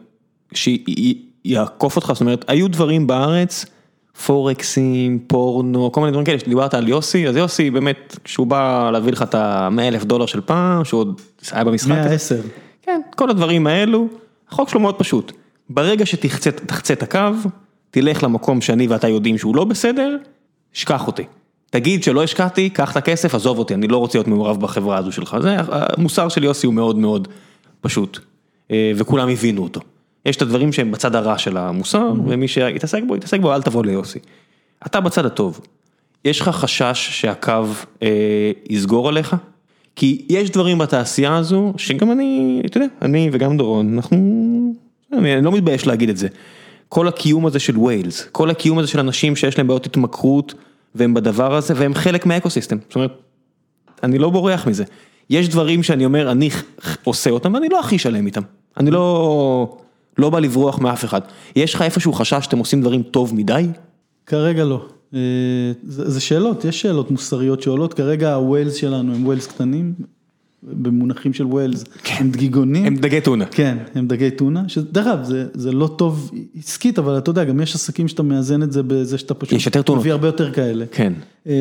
שיעקוף אותך, זאת אומרת, היו דברים בארץ, פורקסים, פורנו, כל מיני דברים כאלה, שדיברת על יוסי, אז יוסי באמת, כשהוא בא להביא לך את ה-מאה אלף דולר של פעם, שהוא עוד היה במשחק. מאה עשר. כן, כל הדברים האלו, החוק שלו מאוד פשוט. ברגע שתחצה את הקו, תלך למקום שאני ואתה יודעים שהוא לא בסדר, שכח אותי. תגיד שלא השקעתי, קח את הכסף, עזוב אותי, אני לא רוצה להיות מעורב בחברה הזו שלך. זה, המוסר של יוסי הוא מאוד מאוד פשוט, וכולם הבינו אותו. יש את הדברים שהם בצד הרע של המוסר, ומי שיתעסק בו, יתעסק בו, אל תבוא ליוסי. אתה בצד הטוב. יש לך חשש שהקו אה, יסגור עליך? כי יש דברים בתעשייה הזו, שגם אני, אתה יודע, אני וגם דורון, אנחנו, אני לא מתבייש להגיד את זה. כל הקיום הזה של ווילס, כל הקיום הזה של אנשים שיש להם בעיות התמכרות, והם בדבר הזה, והם חלק מהאקוסיסטם. זאת אומרת, אני לא בורח מזה. יש דברים שאני אומר, אני עושה אותם, ואני לא הכי שלם איתם. אני לא, לא בא לברוח מאף אחד. יש לך איפשהו חשש שאתם עושים דברים טוב מדי? כרגע לא. זה, זה שאלות, יש שאלות מוסריות שעולות. כרגע הווילס שלנו הם ווילס קטנים. במונחים של ווילס, הם דגיגונים. הם דגי טונה. כן, הם דגי טונה, שדרך אגב, זה, זה לא טוב עסקית, אבל אתה יודע, גם יש עסקים שאתה מאזן את זה בזה שאתה פשוט... יש יותר טונות. מביא הרבה יותר כאלה. כן.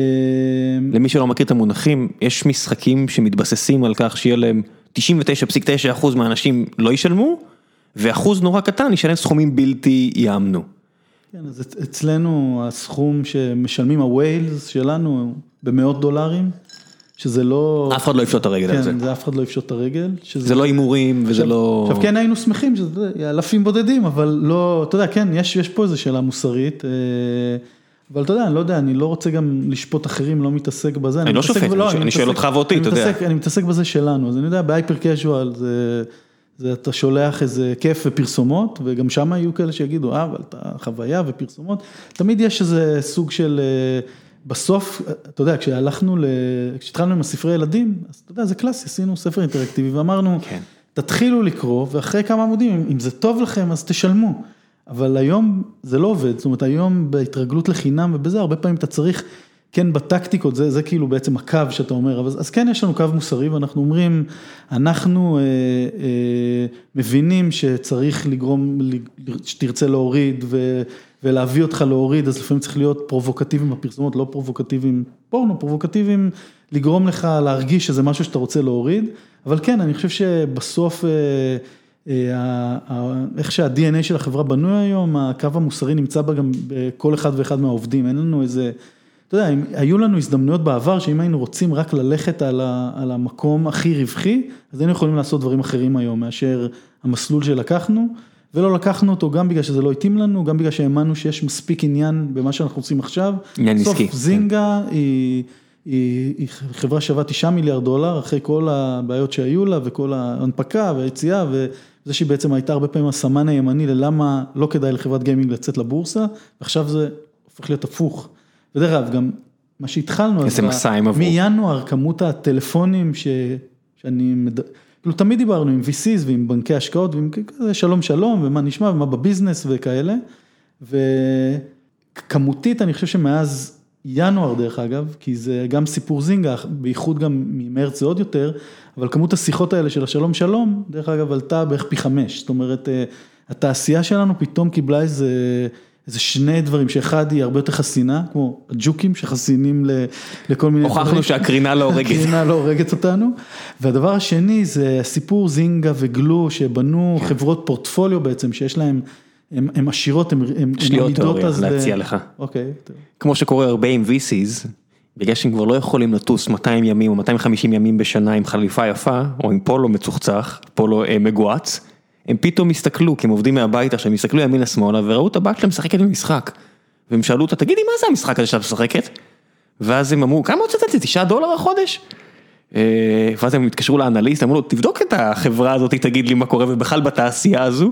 למי שלא מכיר את המונחים, יש משחקים שמתבססים על כך שיהיה להם תשעים ותשע נקודה תשע אחוז מהאנשים לא ישלמו, ואחוז נורא קטן ישלם סכומים בלתי יאמנו. כן, אז אצלנו הסכום שמשלמים הווילס שלנו במאות דולרים, שזה לא... אף אחד לא יפשוט את הרגל על זה. כן, זה אף אחד לא יפשוט את הרגל. זה לא אימורים וזה לא... עכשיו כן היינו שמחים, שזה אלפים בודדים, אבל לא, אתה יודע, כן, יש, יש פה איזו שאלה מוסרית, אבל אתה יודע, אני לא יודע, אני לא רוצה גם לשפוט אחרים, לא מתעסק בזה. אני לא שופט, אני שואל אותך ואותי, אתה יודע. אני מתעסק בזה שלנו, אז אני יודע, בהייפר קז'ואל זה... זה אתה שולח איזה כיף ופרסומות, וגם שם היו כאלה שיגידו, אה, אבל אתה חוויה ופרסומות, תמיד יש איזה סוג של, בסוף, אתה יודע, כשהלכנו, כשהתחלנו עם הספרי ילדים, אז אתה יודע, זה קלאסי, עשינו ספר אינטראקטיבי, ואמרנו, כן. תתחילו לקרוא, ואחרי כמה עמודים, אם זה טוב לכם, אז תשלמו, אבל היום זה לא עובד, זאת אומרת, היום בהתרגלות לחינם, ובזה הרבה פעמים אתה צריך, כן, בטקטיקות, זה, זה כאילו בעצם הקו שאתה אומר, אז, אז כן, יש לנו קו מוסרי, ואנחנו אומרים, אנחנו אה, אה, מבינים שצריך לגרום, שתרצה להוריד, ו, ולהביא אותך להוריד, אז לפעמים צריך להיות פרובוקטיביים בפרסומות, לא פרובוקטיביים פורנו, פרובוקטיביים, לגרום לך להרגיש שזה משהו שאתה רוצה להוריד, אבל כן, אני חושב שבסוף, אה, אה, אה, איך שה-די אן איי של החברה בנוי היום, הקו המוסרי נמצא בה גם בכל אחד ואחד מהעובדים, אין לנו איזה... אתה יודע, היו לנו הזדמנויות בעבר, שאם היינו רוצים רק ללכת על, ה, על המקום הכי רווחי, אז היינו יכולים לעשות דברים אחרים היום, מאשר המסלול שלקחנו, ולא לקחנו אותו גם בגלל שזה לא התאים לנו, גם בגלל שהאמנו שיש מספיק עניין במה שאנחנו רוצים עכשיו. עניין בסוף עסקי. זינגה כן. היא, היא, היא חברה שווה תשעה מיליארד דולר, אחרי כל הבעיות שהיו לה, וכל ההנפקה והיציאה, וזה שהיא בעצם הייתה הרבה פעמים הסמן הימני, ללמה לא כדאי לחברת גיימינג לצאת לבורסה, ועכשיו זה הופך להיות הפוך. ודרך אגב, גם מה שהתחלנו, מינואר, כמות הטלפונים ש... שאני, כאילו תמיד דיברנו עם וי סי'ס ועם בנקי השקעות, ועם כזה שלום שלום, ומה נשמע, ומה בביזנס וכאלה, וכמותית אני חושב שמאז ינואר דרך אגב, כי זה גם סיפור זינגה, בייחוד גם ממרץ זה עוד יותר, אבל כמות השיחות האלה של השלום שלום, דרך אגב עלתה בערך פי חמש, זאת אומרת, התעשייה שלנו פתאום קיבלה איזה... זה שני דברים, שאחד היא הרבה יותר חסינה, כמו הג'וקים שחסינים לכל מיני... הוכחנו שהקרינה לא הורגת. הקרינה לא הורגת אותנו, והדבר השני זה הסיפור זינגה וגלו, שבנו חברות פורטפוליו בעצם, שיש להם, הן עשירות, הן עמידות אז... יש לי עוד תיאוריה להציע לך. אוקיי. כמו שקורה הרבה עם וי סי'ס, בגלל שהם כבר לא יכולים לטוס מאתיים ימים או מאתיים וחמישים ימים בשנה עם חליפה יפה, או עם פולו מצוחצח, פולו מגואץ, הם פתאום הסתכלו, כי הם עובדים מהבית עכשיו, הם הסתכלו ימינה שמאלה, וראו את הבת שלהם משחקת במשחק. והם שאלו אותה, תגידי, מה זה המשחק הזה שאת משחקת? ואז הם אמרו, כמה הוצאת את זה? תשעה דולר החודש? ואז הם התקשרו לאנליסט, אמרו לו, תבדוק את החברה הזאת, תגיד לי מה קורה, ובכלל בתעשייה הזו.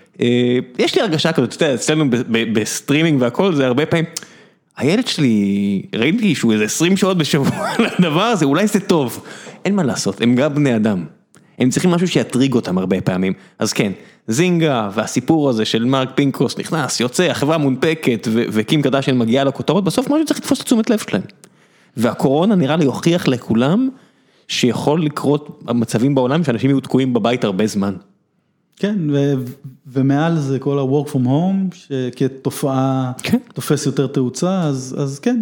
יש לי הרגשה כזאת, אתה יודע, אצלנו בסטרימינג והכל, זה הרבה פעמים, הילד שלי, ראיתי שהוא איזה עשרים שעות בשבוע לדבר הזה, אולי זה טוב. אין מה לעשות, הם גם בני אדם. הם צריכים משהו שיטריג אותם הרבה פעמים. אז כן, זינגה והסיפור הזה של מרק פינקרוס נכנס, יוצא, החברה מונפקת, וקים קרדשיין מגיעה לכותרות, בסוף משהו צריך לתפוס את תשומת לב שלהם. והקורונה נראה לי הוכיח לכולם, שיכול לקרות מצבים בעולם, שאנשים יהיו תקועים בבית הרבה זמן. כן, ומעל זה כל ה-work from home, שכתופעה תופס יותר תאוצה, אז כן,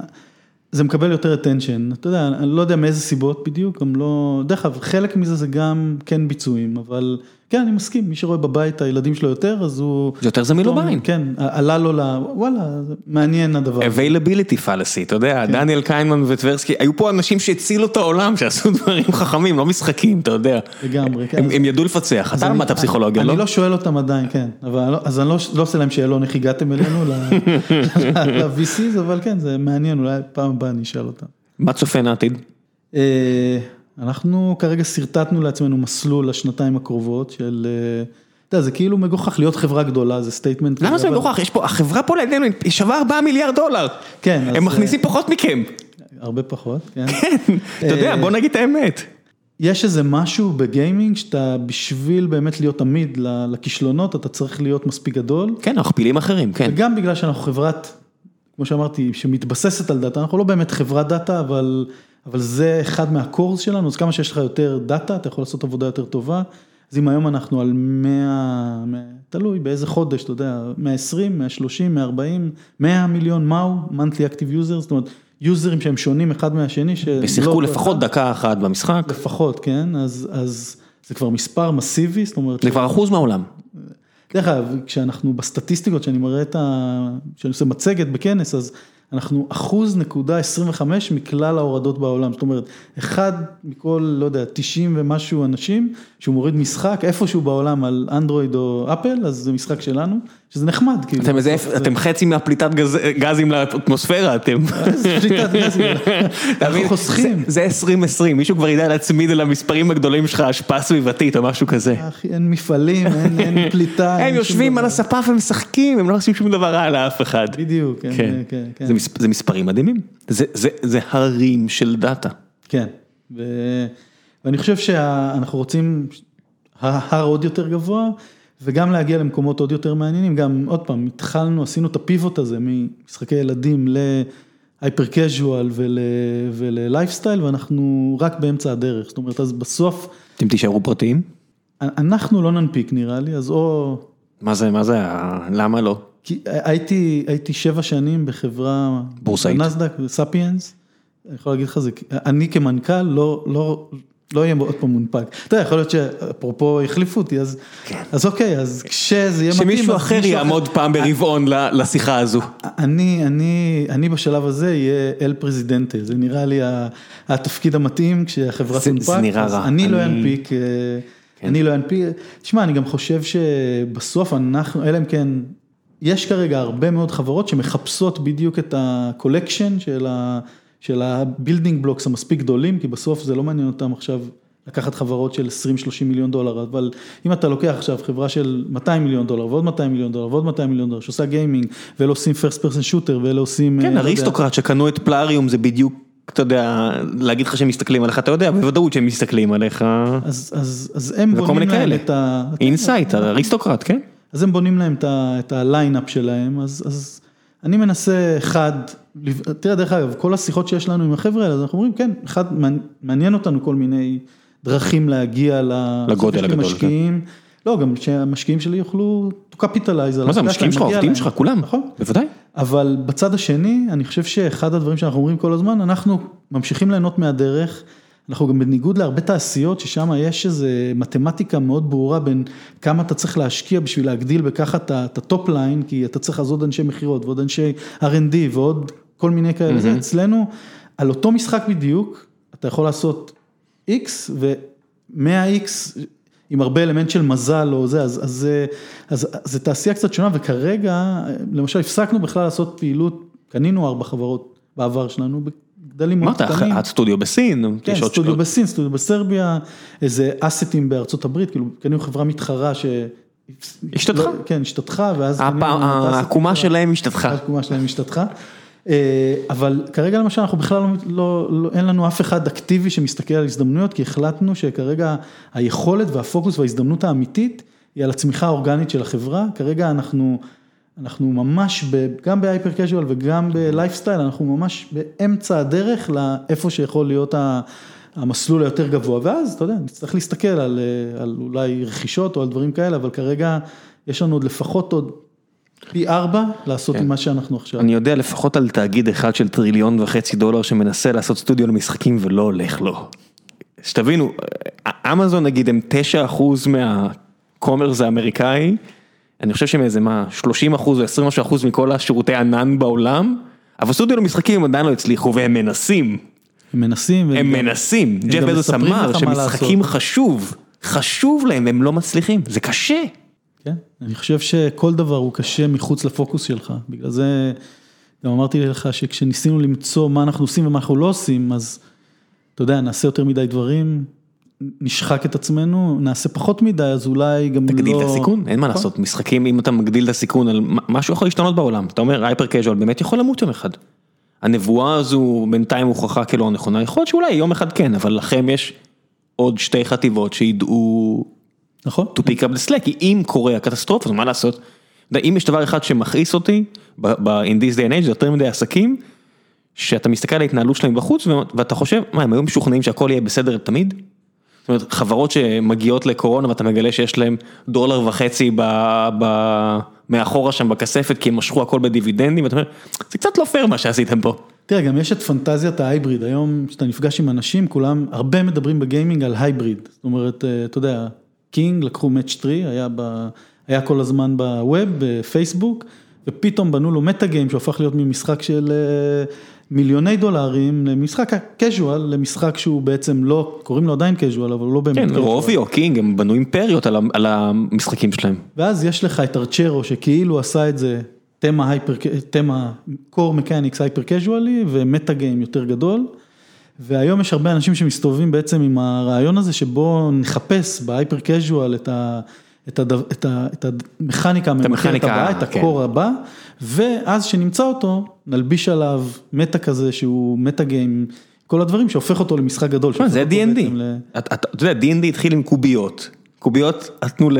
זה מקבל יותר attention, אתה יודע, אני לא יודע מאיזה סיבות בדיוק, גם לא, דרך אגב, חלק מזה זה גם כן ביצועים, אבל כן, אני מסכים, מי שרואה בבית הילדים שלו יותר, אז הוא... זה יותר זמין לו בעין. כן, עלה לו ל... וואלה, מעניין הדבר. availability fallacy, אתה יודע, דניאל קיינמן וטברסקי, היו פה אנשים שהצילו את העולם, שעשו דברים חכמים, לא משחקים, אתה יודע. לגמרי, כן. הם ידעו לפצח, אתה למדת פסיכולוגיה, לא? אני לא שואל אותם עדיין, כן, אז אני לא עושה להם שאלון, איך הגעתם אלינו ל-וי סי'ס, אבל כן, זה מעניין, אולי פעם הבאה אני אשאל אותם. מה צופן העתיד? אנחנו כרגע סרטטנו לעצמנו מסלול לשנתיים הקרובות של, אתה יודע, זה כאילו מגוחך להיות חברה גדולה, זה סטייטמנט. למה זה מגוחך? יש פה, החברה פה לידינו, היא שווה ארבעה מיליארד דולר. כן. הם מכניסים פחות מכם. הרבה פחות, כן. כן, אתה יודע, בוא נגיד את האמת. יש איזה משהו בגיימינג, שאתה בשביל באמת להיות עמיד לכישלונות, אתה צריך להיות מספיק גדול. כן, אנחנו פילים אחרים, כן. וגם בגלל שאנחנו חברת, כמו שאמרתי, שמתבססת על דאטה, אנחנו לא באמת חברת דאטה, אבל אבל זה אחד מהקורס שלנו, אז כמה שיש לך יותר דאטה, אתה יכול לעשות עבודה יותר טובה, אז אם היום אנחנו על מאה, תלוי באיזה חודש, אתה יודע, מאה ועשרים, מאה ושלושים, מאה וארבעים, מאה מיליון מאו, monthly active users, זאת אומרת, יוזרים שהם שונים אחד מהשני. ושיחקו לפחות דקה אחת במשחק. לפחות, כן, אז, אז זה כבר מספר מסיבי, זאת אומרת. זה כבר אחוז מהעולם. דרך אגב, כשאנחנו בסטטיסטיקות, שאני מראה את ה... שאני עושה מצגת בכנס, אז אנחנו אחוז נקודה עשרים וחמש מכלל ההורדות בעולם. זאת אומרת, אחד מכל, לא יודע, תשעים ומשהו אנשים, שהוא מוריד משחק, איפשהו בעולם על אנדרואיד או אפל, אז זה משחק שלנו, שזה נחמד. אתם, איזה, אתם חצי מהפליטת גז, גזים לאטמוספירה, אתם. זה פליטת גזים, אנחנו חוסכים. זה עשרים עשרים, מישהו כבר ידע להצמיד על המספרים הגדולים שלך, השפעה סביבתית או משהו כזה. אחי, אין מפעלים, אין, אין פליטה. הם יושבים על הספה ומשחקים, הם לא עושים שום דבר רע לאף אחד. בדיוק, כן, כן. כן, כן. זה, זה מספרים מדהימים. זה, זה, זה הרים של דאטה. כן. ו... ואני חושב שאנחנו רוצים ההר עוד יותר גבוה, וגם להגיע למקומות עוד יותר מעניינים. גם, עוד פעם, התחלנו, עשינו את הפיבוט הזה, ממשחקי ילדים להייפר קז'ואל וללייפסטייל, ואנחנו רק באמצע הדרך. זאת אומרת, אז בסוף... אתם תישארו פרטיים? אנחנו לא ננפיק, נראה לי, אז או... מה זה, מה זה, למה לא? כי הייתי, הייתי שבע שנים בחברה... בורסאית. נסדק, ספיאנס. אני יכול להגיד לך, זה, אני כמנכ"ל לא, לא, לא יהיה עוד פעם מונפק. אתה יודע, יכול להיות שאפרופו החליפו אותי, אז, כן. אז אוקיי, אז כשזה יהיה מתאים... שמישהו אחר יעמוד אחר... פעם ברבעון אני, לשיחה הזו. אני, אני, אני בשלב הזה אהיה אל פרזידנטה, זה נראה לי התפקיד המתאים כשהחברה תונפק. זה נראה רע. אני, אני לא אנפיק, כן. אני לא אנפיק. תשמע, אני גם חושב שבסוף אנחנו, אלא אם כן, יש כרגע הרבה מאוד חברות שמחפשות בדיוק את הקולקשן של ה... של הבילדינג בלוקס המספיק גדולים, כי בסוף זה לא מעניין אותם עכשיו לקחת חברות של עשרים שלושים מיליון דולר, אבל אם אתה לוקח עכשיו חברה של מאתיים מיליון דולר, ועוד מאתיים מיליון דולר, ועוד מאתיים מיליון דולר, שעושה גיימינג, ואלה עושים first person shooter, ואלה עושים... כן, אריסטוקרט שקנו את פלאריום, זה בדיוק, אתה יודע, להגיד לך שהם מסתכלים עליך, אתה יודע, בוודאות שהם מסתכלים עליך. אז, אז, אז הם בונים להם את ה... אינסייט, אריסטוקרט, כן? אז הם בונים להם את הליינאפ שלהם, אז, אז אני מנסה אחד, תראה דרך אגב, כל השיחות שיש לנו עם החבר'ה האלה, אז אנחנו אומרים, כן, אחד, מעניין אותנו כל מיני דרכים להגיע לגודל הגדול. למשקיעים, לא, גם שהמשקיעים שלי יוכלו to capitalize. מה זה, המשקיעים שלך, העובדים שלך, כולם? נכון. בוודאי. אבל בצד השני, אני חושב שאחד הדברים שאנחנו אומרים כל הזמן, אנחנו ממשיכים ליהנות מהדרך, אנחנו גם בניגוד להרבה תעשיות, ששם יש איזו מתמטיקה מאוד ברורה בין כמה אתה צריך להשקיע בשביל להגדיל בכך את הטופ ליין, כי אתה צריך אז עוד אנשי מחירות ועוד אנשי אר אנד די ועוד כל מיני כאלה. זה אצלנו, על אותו משחק בדיוק, אתה יכול לעשות X ו-מאה איקס עם הרבה אלמנט של מזל או זה, אז, אז, אז, אז זה תעשייה קצת שונה, וכרגע, למשל, הפסקנו בכלל לעשות פעילות, קנינו ארבע חברות בעבר שלנו, גדלים מאוד קטנים. אמרת, סטודיו בסין. כן, סטודיו בסין, סטודיו בסרביה, איזה אסטים בארצות הברית, כאילו, קנינו חברה מתחרה ש... השתתחה? כן, השתתחה, ואז... העקומה שלהם השתתחה. העקומה שלהם השתתחה. אבל כרגע למשל אנחנו בכלל לא, לא, אין לנו אף אחד אקטיבי שמסתכל על הזדמנויות, כי החלטנו שכרגע היכולת והפוקוס וההזדמנות האמיתית היא על הצמיחה האורגנית של החברה. כרגע אנחנו, אנחנו ממש, ב, גם בהייפר קז'ואל וגם בלייפסטייל, אנחנו ממש באמצע הדרך לאיפה שיכול להיות המסלול היותר גבוה, ואז אתה יודע, נצטרך להסתכל על, על אולי רכישות או על דברים כאלה, אבל כרגע יש לנו עוד לפחות עוד פי ארבע לעשות עם מה שאנחנו עכשיו. אני יודע לפחות על תאגיד אחד של טריליון וחצי דולר שמנסה לעשות סטודיו למשחקים ולא הולך לו. שתבינו, אמזון נגיד הם תשע אחוז מהקומרס האמריקאי, אני חושב שהם איזה מה, שלושים אחוז או עשרים אחוז מכל השירותי ענן בעולם, אבל סטודיו למשחקים הם עדיין לא הצליחו והם מנסים. הם מנסים. הם מנסים. ג'ף בזוס אמר שמשחקים חשוב, חשוב להם והם לא מצליחים, זה קשה. כן, אני חושב שכל דבר הוא קשה מחוץ לפוקוס שלך, בגלל זה גם אמרתי לך שכשניסינו למצוא מה אנחנו עושים ומה אנחנו לא עושים, אז אתה יודע, נעשה יותר מדי דברים, נשחק את עצמנו, נעשה פחות מדי, אז אולי גם לא... תגדיל את הסיכון, אין מה לעשות, משחקים, אם אתה מגדיל את הסיכון על משהו יכול להשתנות בעולם, אתה אומר, הייפר קז'ואל באמת יכול למות יום אחד, הנבואה הזו בינתיים הוכחה כלא נכונה, יכול להיות שאולי יום אחד כן, אבל לכם יש עוד שתי חטיבות שידעו... נכון. To pick up the slack, כי אם קורה הקטסטרופה, אז מה לעשות? אם יש דבר אחד שמכעיס אותי, ב-in this day and age, זה יותר מדי עסקים, שאתה מסתכל על ההתנהלות שלהם בחוץ, ואתה חושב, מה, הם היו משוכנעים שהכל יהיה בסדר תמיד? זאת אומרת, חברות שמגיעות לקורונה, ואתה מגלה שיש להם דולר וחצי ב, ב, מאחורה שם בכספת, כי הם משכו הכל בדיבידנדים, ואתה אומר, זה קצת לא פייר מה שעשיתם פה. תראה, גם יש את פנטזיית ההייבריד, היום שאתה נפגש עם אנשים, כולם, הרבה מדברים בגיימינג על הייבריד, זאת אומרת, אתה יודע, קינג לקחו מאץ' שלוש, היה, ב, היה כל הזמן בווב, בפייסבוק, ופתאום בנו לו מטה גיים, שהופך להיות ממשחק של מיליוני דולרים, למשחק קז'ואל, למשחק שהוא בעצם לא, קוראים לו עדיין קז'ואל, אבל הוא לא באמת קז'ואל. כן, רובי או קינג, הם בנו אימפריות על, על המשחקים שלהם. ואז יש לך את ארצ'רו, שכאילו עשה את זה, תמה הייפר, תמה קור מקניקס הייפר קז'ואלי, ומטה גיים יותר גדול, והיום יש הרבה אנשים שמסתובבים בעצם עם הרעיון הזה, שבו נחפש בהייפר קז'ואל את ה... את, הדו, את, ה, את המכניקה הממכרת הבאה, את הקור הבא, ואז שנמצא אותו, נלביש עליו מטה כזה, שהוא מטה גיים, כל הדברים שהופך אותו למשחק גדול. זה די אנד די. אתה יודע, די אנד די התחיל עם קוביות. קוביות נתנו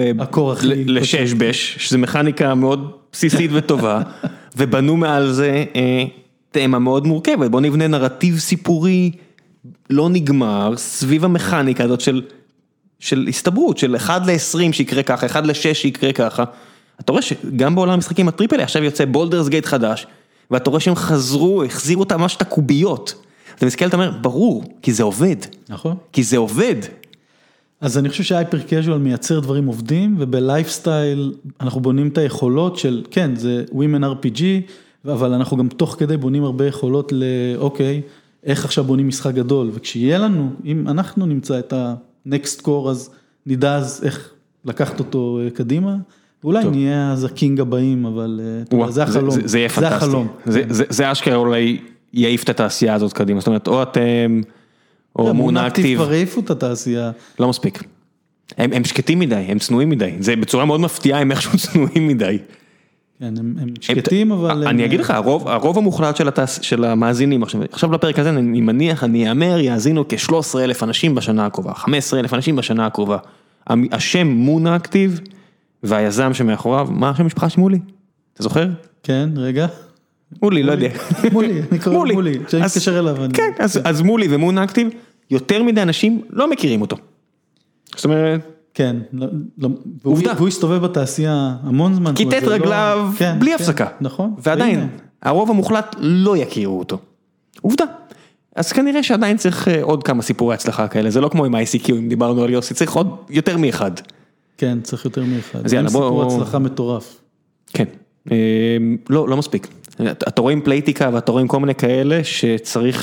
לששבש, שזה מכניקה מאוד בסיסית וטובה, ובנו מעל זה תאמה מאוד מורכבת. בוא נבנה נרטיב סיפורי לא נגמר, סביב המכניקה הזאת של... של הסתברות, של אחד ל-עשרים שיקרה ככה, אחד ל-שש שיקרה ככה. אתה רואה שגם בעולם המשחקים הטריפל, עכשיו יוצא בולדרס גייט חדש, ואתה רואה שהם חזרו, החזירו את ממש את הקוביות. אתה מסתכל, אתה אומר, ברור, כי זה עובד. נכון. כי זה עובד. אז אני חושב שההייפר קז'ואל מייצר דברים עובדים, ובלייפסטייל אנחנו בונים את היכולות של, כן, זה Women אר פי ג'י, אבל אנחנו גם תוך כדי בונים הרבה יכולות לאוקיי, איך עכשיו בונים משחק גדול, וכשיהיה לנו, אם אנחנו נמצא את ה... נקסט קור, אז נדע אז איך לקחת אותו קדימה, ואולי נהיה אז הקינג הבאים, אבל זה החלום. זה יהיה פנטסטי. זה אשכרה אולי יעיף את התעשייה הזאת קדימה, זאת אומרת, או אתם, או מונה אקטיב. כבר העיפו את התעשייה. לא מספיק. הם שקטים מדי, הם צנועים מדי, זה בצורה מאוד מפתיעה, הם איכשהו צנועים מדי. כן, הם שקטים, אבל... אני אגיד לך, הרוב המוחלט של המאזינים, עכשיו לפרק הזה, אני מניח, אני אאמר, יאזינו כ-שלושה עשר אלף אנשים בשנה הקרובה, חמישה עשר אלף אנשים בשנה הקרובה. השם מונה אקטיב, והיזם שמאחוריו, מה השם משפחה שמולי? אתה זוכר? כן, רגע. מולי, לא יודע. מולי, אני קורא מולי, שאני מתקשר אליו. כן, אז מולי ומונה אקטיב, יותר מדי אנשים לא מכירים אותו. זאת אומרת... כן, והוא הסתובב בתעשייה המון זמן. כיתת רגליו בלי הפסקה. נכון. ועדיין, הרוב המוחלט לא יכירו אותו. עובדה. אז כנראה שעדיין צריך עוד כמה סיפורי הצלחה כאלה, זה לא כמו עם איי סי קיו, אם דיברנו על יוסי, צריך עוד יותר מאחד. כן, צריך יותר מאחד. אז יאללה, בוא... סיפור הצלחה מטורף. כן. לא, לא מספיק. אתה רואה עם פלייטיקה ואתה רואה עם כל מיני כאלה שצריך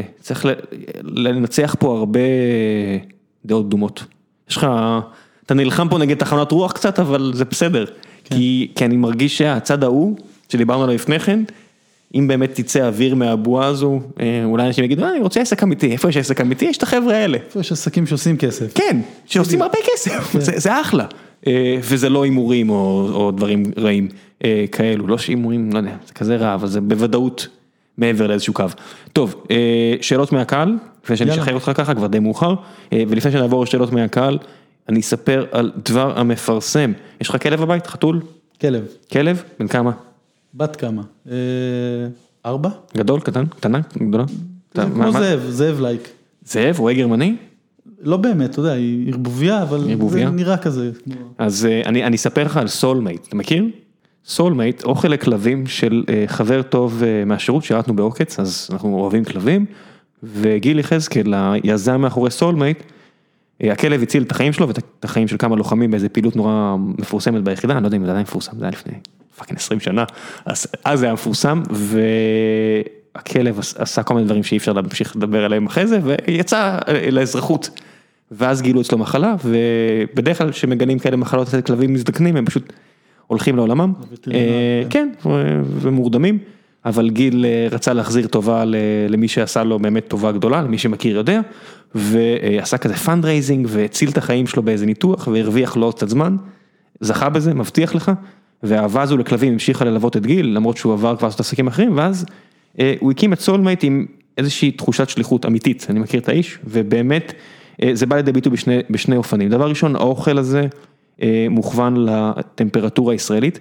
לנצח פה הרבה דעות דומות. יש לך, אתה נלחם פה נגד תחנות רוח קצת, אבל זה בסדר. כי, כי אני מרגיש שהצד ההוא, שדיברנו עליו לפני כן, אם באמת תצא אוויר מהבועה הזו, אולי אנשים יגידו, אני רוצה עסק אמיתי, איפה יש עסק אמיתי? יש את החבר'ה האלה. איפה יש עסקים שעושים כסף? כן, שעושים הרבה כסף, זה, זה אחלה. וזה לא אימורים או, או דברים רעים כאלו, לא שאימורים, לא יודע, זה כזה רע, אבל זה בוודאות מעבר לאיזשהו קו. טוב, שאלות מהקהל, לפני שאני אשחרר אותך ככה, כבר די מאוחר, ולפני שנעבור שאלות מהקהל, אני אספר על דבר המפרסם. יש לך כלב בבית, חתול? כלב. כלב? בן כמה? בת כמה? ארבע? גדול, קטן, קטנה, גדולה? כמו זאב, זאב לייק. זאב, רואה גרמני? לא באמת, אתה יודע, היא ערבוביה, אבל זה נראה כזה. אז אני אספר לך על סולמייט, אתה מכיר? סולמייט, אוכל לכלבים של חבר טוב מהשירות, שירתנו בעוקץ, אז אנחנו אוהבים כלבים, וגיל יחזקאל, היזם מאחורי סולמייט, הכלב הציל את החיים שלו, ואת החיים של כמה לוחמים באיזו פעילות נורא מפורסמת ביחידה, אני לא יודע אם זה עדיין מפורסם, זה היה לפני פאקינג עשרים שנה, אז, אז זה היה מפורסם, והכלב עשה כל מיני דברים שאי אפשר להמשיך לדבר עליהם אחרי זה, ויצא לאזרחות, ואז גילו אצלו מחלה, ובדרך כלל שמגנים כאלה מחלות אצל כלבים מזדקנים, הם פשוט הולכים לעולמם, כן, ומורדמים, אבל גיל רצה להחזיר טובה למי שעשה לו באמת טובה גדולה, למי שמכיר יודע, ועשה כזה פנדרייזינג, והציל את החיים שלו באיזה ניתוח, והרוויח לו קצת זמן, זכה בזה, מבטיח לך, והאהבה הזו לכלבים המשיכה ללוות את גיל, למרות שהוא עבר כבר לעשות עסקים אחרים, ואז הוא הקים את סולמייט עם איזושהי תחושת שליחות אמיתית, אני מכיר את האיש, ובאמת זה בא לידי ביטוי בשני, בשני אופנים. דבר ראשון, האוכל הזה מוכוון לטמפרטורה הישראלית,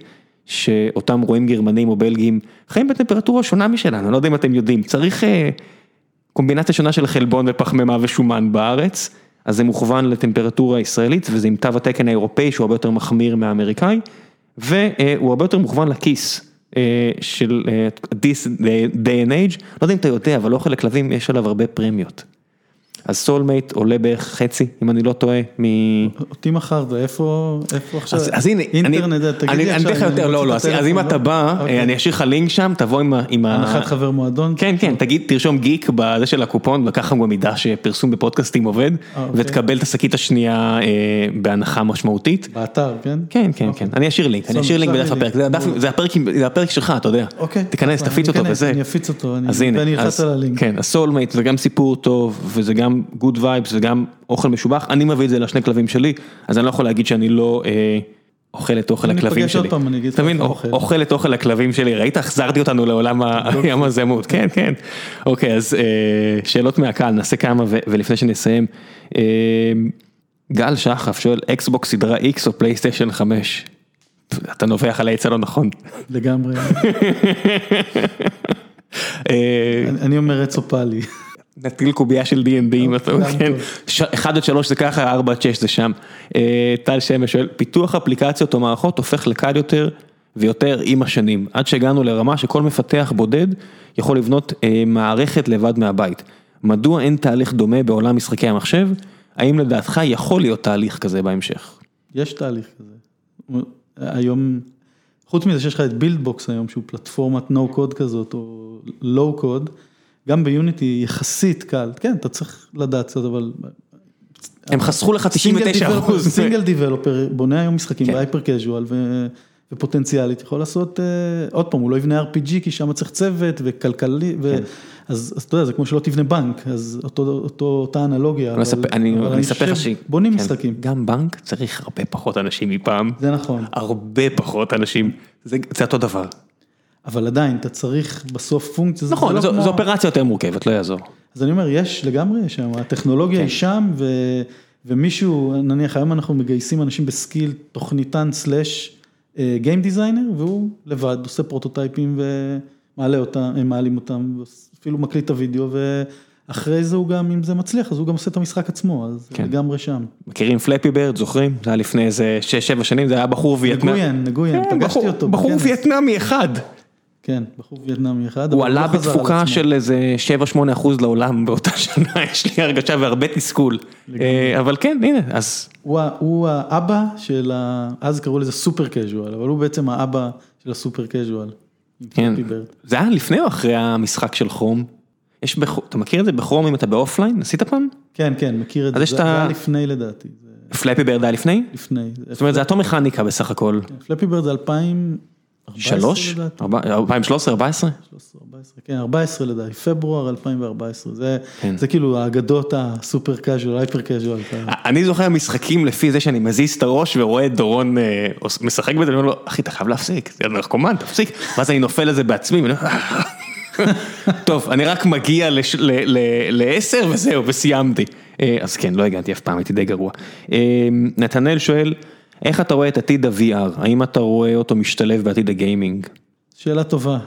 שאותם רואים גרמנים או בלגים, חיים בטמפרטורה שונה משלנו, אני לא יודע אם אתם יודעים, צריך קומבינציה שונה של חלבון ופחמימה ושומן בארץ, אז זה מוכוון לטמפרטורה ישראלית, וזה עם תו התקן האירופאי, שהוא הרבה יותר מחמיר מהאמריקאי, והוא הרבה יותר מוכוון לכיס של this day and age, לא יודע אם אתה יודע, אבל אוכל לכלבים יש עליו הרבה פרמיות. אז סולמייט עולה בערך חצי, אם אני לא טועה, מ... אותי מחר, איפה עכשיו? אז הנה, אינטרנט, תגידי עכשיו. אני אתן לך יותר, לא, לא, אז אם אתה בא, אני אשאיר לך לינק שם, תבוא עם ה... הנחת חבר מועדון? כן, כן, תגיד, תרשום גיק בזה של הקופון, וככה גם מידע שפרסום בפודקאסטים עובד, ותקבל את השקית השנייה בהנחה משמעותית. באתר, כן? כן, כן, כן. אני אשאיר לינק, אני אשאיר לינק בדף הפרק. זה הפרק שלך, אתה יודע. תיכנס, תפיץ אותו וזה. אני אפיץ אותו, ואני אלחץ על הלינק. כן, הסולמייט זה גם סיפור טוב, וזה גם good vibes, זה גם אוכל משובח, אני מביא את זה לשני כלבים שלי, אז אני לא יכול להגיד שאני לא אוכל את אוכל הכלבים שלי. אתה מבין, אוכל את אוכל הכלבים שלי, ראית? החזרתי אותנו לעולם המזמות, כן, כן. אוקיי, אז שאלות מהקהל, נעשה כמה, ולפני שנסיים, גל שחף שואל, אקסבוקס סדרה X או פלייסטיישן חמש? אתה נובח על העץ הלא נכון. לגמרי. אני אומר עץ אופלי. נטיל קובייה של די אנד די, אחד עד שלוש זה ככה, ארבע עד שש זה שם. טל שמש שואל, פיתוח אפליקציות או מערכות הופך לקל יותר ויותר עם השנים, עד שהגענו לרמה שכל מפתח בודד יכול לבנות מערכת לבד מהבית. מדוע אין תהליך דומה בעולם משחקי המחשב? האם לדעתך יכול להיות תהליך כזה בהמשך? יש תהליך כזה. היום, חוץ מזה שיש לך את בילדבוקס היום, שהוא פלטפורמת נו קוד כזאת, או לואו קוד, גם ביוניטי יחסית קל, כן, אתה צריך לדעת קצת, אבל... הם חסכו לך תשעים ותשע אחוז. סינגל דיבלופר בונה היום משחקים בהייפר קז'ואל, ופוטנציאלית יכול לעשות, עוד פעם, הוא לא יבנה אר פי ג'י, כי שם צריך צוות וכלכלי, אז אתה יודע, זה כמו שלא תבנה בנק, אז אותה אנלוגיה, אבל אני חושב, בונים משחקים. גם בנק צריך הרבה פחות אנשים מפעם. זה נכון. הרבה פחות אנשים, זה אותו דבר. אבל עדיין, אתה צריך בסוף פונקציה. נכון, זו אופרציה יותר מורכבת, לא יעזור. אז אני אומר, יש לגמרי שם, הטכנולוגיה היא שם, ומישהו, נניח, היום אנחנו מגייסים אנשים בסקיל, תוכניתן סלש גיים דיזיינר, והוא לבד עושה פרוטוטייפים ומעלה אותם, הם מעלים אותם, אפילו מקליט את הוידאו, ואחרי זה הוא גם, אם זה מצליח, אז הוא גם עושה את המשחק עצמו, אז לגמרי שם. מכירים פלאפי בירד, זוכרים? זה היה לפני איזה שש שבע שנים, זה היה בחור וייטנאמי. נגויין, נגויין, פגשתי אותו. בחור וייטנאמי אחד. כן, בחור וייטנאמי אחד. הוא עלה בתפוקה של איזה שבע שמונה אחוז לעולם באותה שנה, יש לי הרגשה והרבה תסכול. אבל כן, הנה, אז... הוא האבא של, אז קראו לזה סופר קז'ואל, אבל הוא בעצם האבא של הסופר קז'ואל. כן, זה היה לפני או אחרי המשחק של כרום? אתה מכיר את זה בכרום אם אתה באופליין? עשית פעם? כן, כן, מכיר את זה, זה היה לפני לדעתי. פלאפי בירד היה לפני? לפני. זאת אומרת, זה אותו מכניקה בסך הכל. פלאפי בירד זה אלפיים שלוש? אלפיים ושלוש עשרה, ארבע עשרה? כן, ארבע עשרה לדעתי, פברואר אלפיים וארבע עשרה, זה כאילו האגדות הסופר קז'ואל, הייפר קז'ואל. אני זוכר משחקים לפי זה שאני מזיז את הראש ורואה את דורון משחק בזה, אני אומר לו, אחי, אתה חייב להפסיק, זה נרקומן, תפסיק, ואז אני נופל לזה בעצמי, טוב, אני רק מגיע לעשר וזהו, וסיימתי. אז כן, לא הגעתי אף פעם, הייתי די גרוע. נתנאל שואל, איך אתה רואה את עתיד ה-וי אר? האם אתה רואה אותו משתלב בעתיד הגיימינג? שאלה טובה.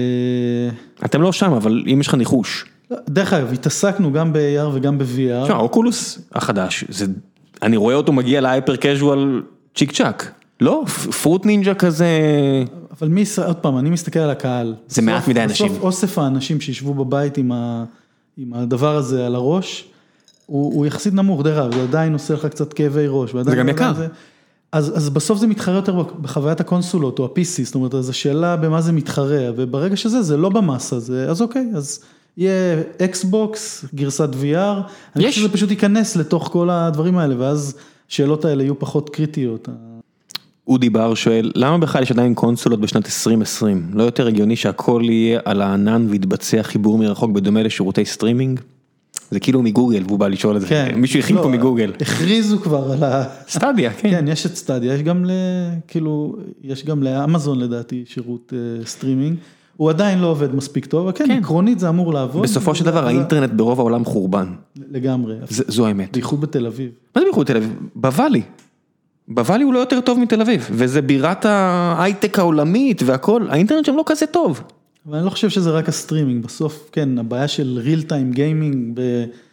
אתם לא שם, אבל אם יש לך ניחוש. דרך אגב, התעסקנו גם ב-איי אר וגם ב-וי אר. אוקולוס החדש, אני רואה אותו מגיע להייפר קז'ואל צ'יק צ'אק. לא? פרוט נינג'ה כזה... אבל מי, עוד פעם, אני מסתכל על הקהל. זה מעט מדי אנשים. בסוף אוסף האנשים שישבו בבית עם הדבר הזה על הראש, הוא יחסית נמוך, דרך אגב, זה עדיין עושה לך קצת כאבי ראש. זה גם יקר. אז, אז בסוף זה מתחרה יותר בחוויית הקונסולות או ה-פי סי, זאת אומרת, אז השאלה במה זה מתחרה, וברגע שזה, זה לא במסה, זה, אז אוקיי, אז יהיה אקסבוקס, גרסת וי אר, אני חושב שזה פשוט ייכנס לתוך כל הדברים האלה, ואז שאלות האלה יהיו פחות קריטיות. אודי בר שואל, למה בכלל יש עדיין קונסולות בשנת עשרים עשרים? לא יותר הגיוני שהכל יהיה על הענן ויתבצע חיבור מרחוק בדומה לשירותי סטרימינג? זה כאילו מגוגל, והוא בא לשאול את זה. כן. מישהו הכין לא, פה מגוגל. הכריזו כבר על ה... סטדיה, כן. כן, יש את סטדיה, יש גם ל... כאילו, יש גם לאמזון לדעתי שירות uh, סטרימינג. הוא עדיין לא עובד מספיק טוב, אבל כן, כן. עקרונית זה אמור לעבוד. בסופו של דבר, זה... האינטרנט ברוב העולם חורבן. לגמרי. זה, זו האמת. בייחוד בתל אביב. מה זה בייחוד בתל אביב? בוואלי. בוואלי הוא לא יותר טוב מתל אביב, וזה בירת ההייטק העולמית והכל, האינטרנט שם לא כזה טוב. אבל אני לא חושב שזה רק הסטרימינג, בסוף, כן, הבעיה של ריל טיים גיימינג ב...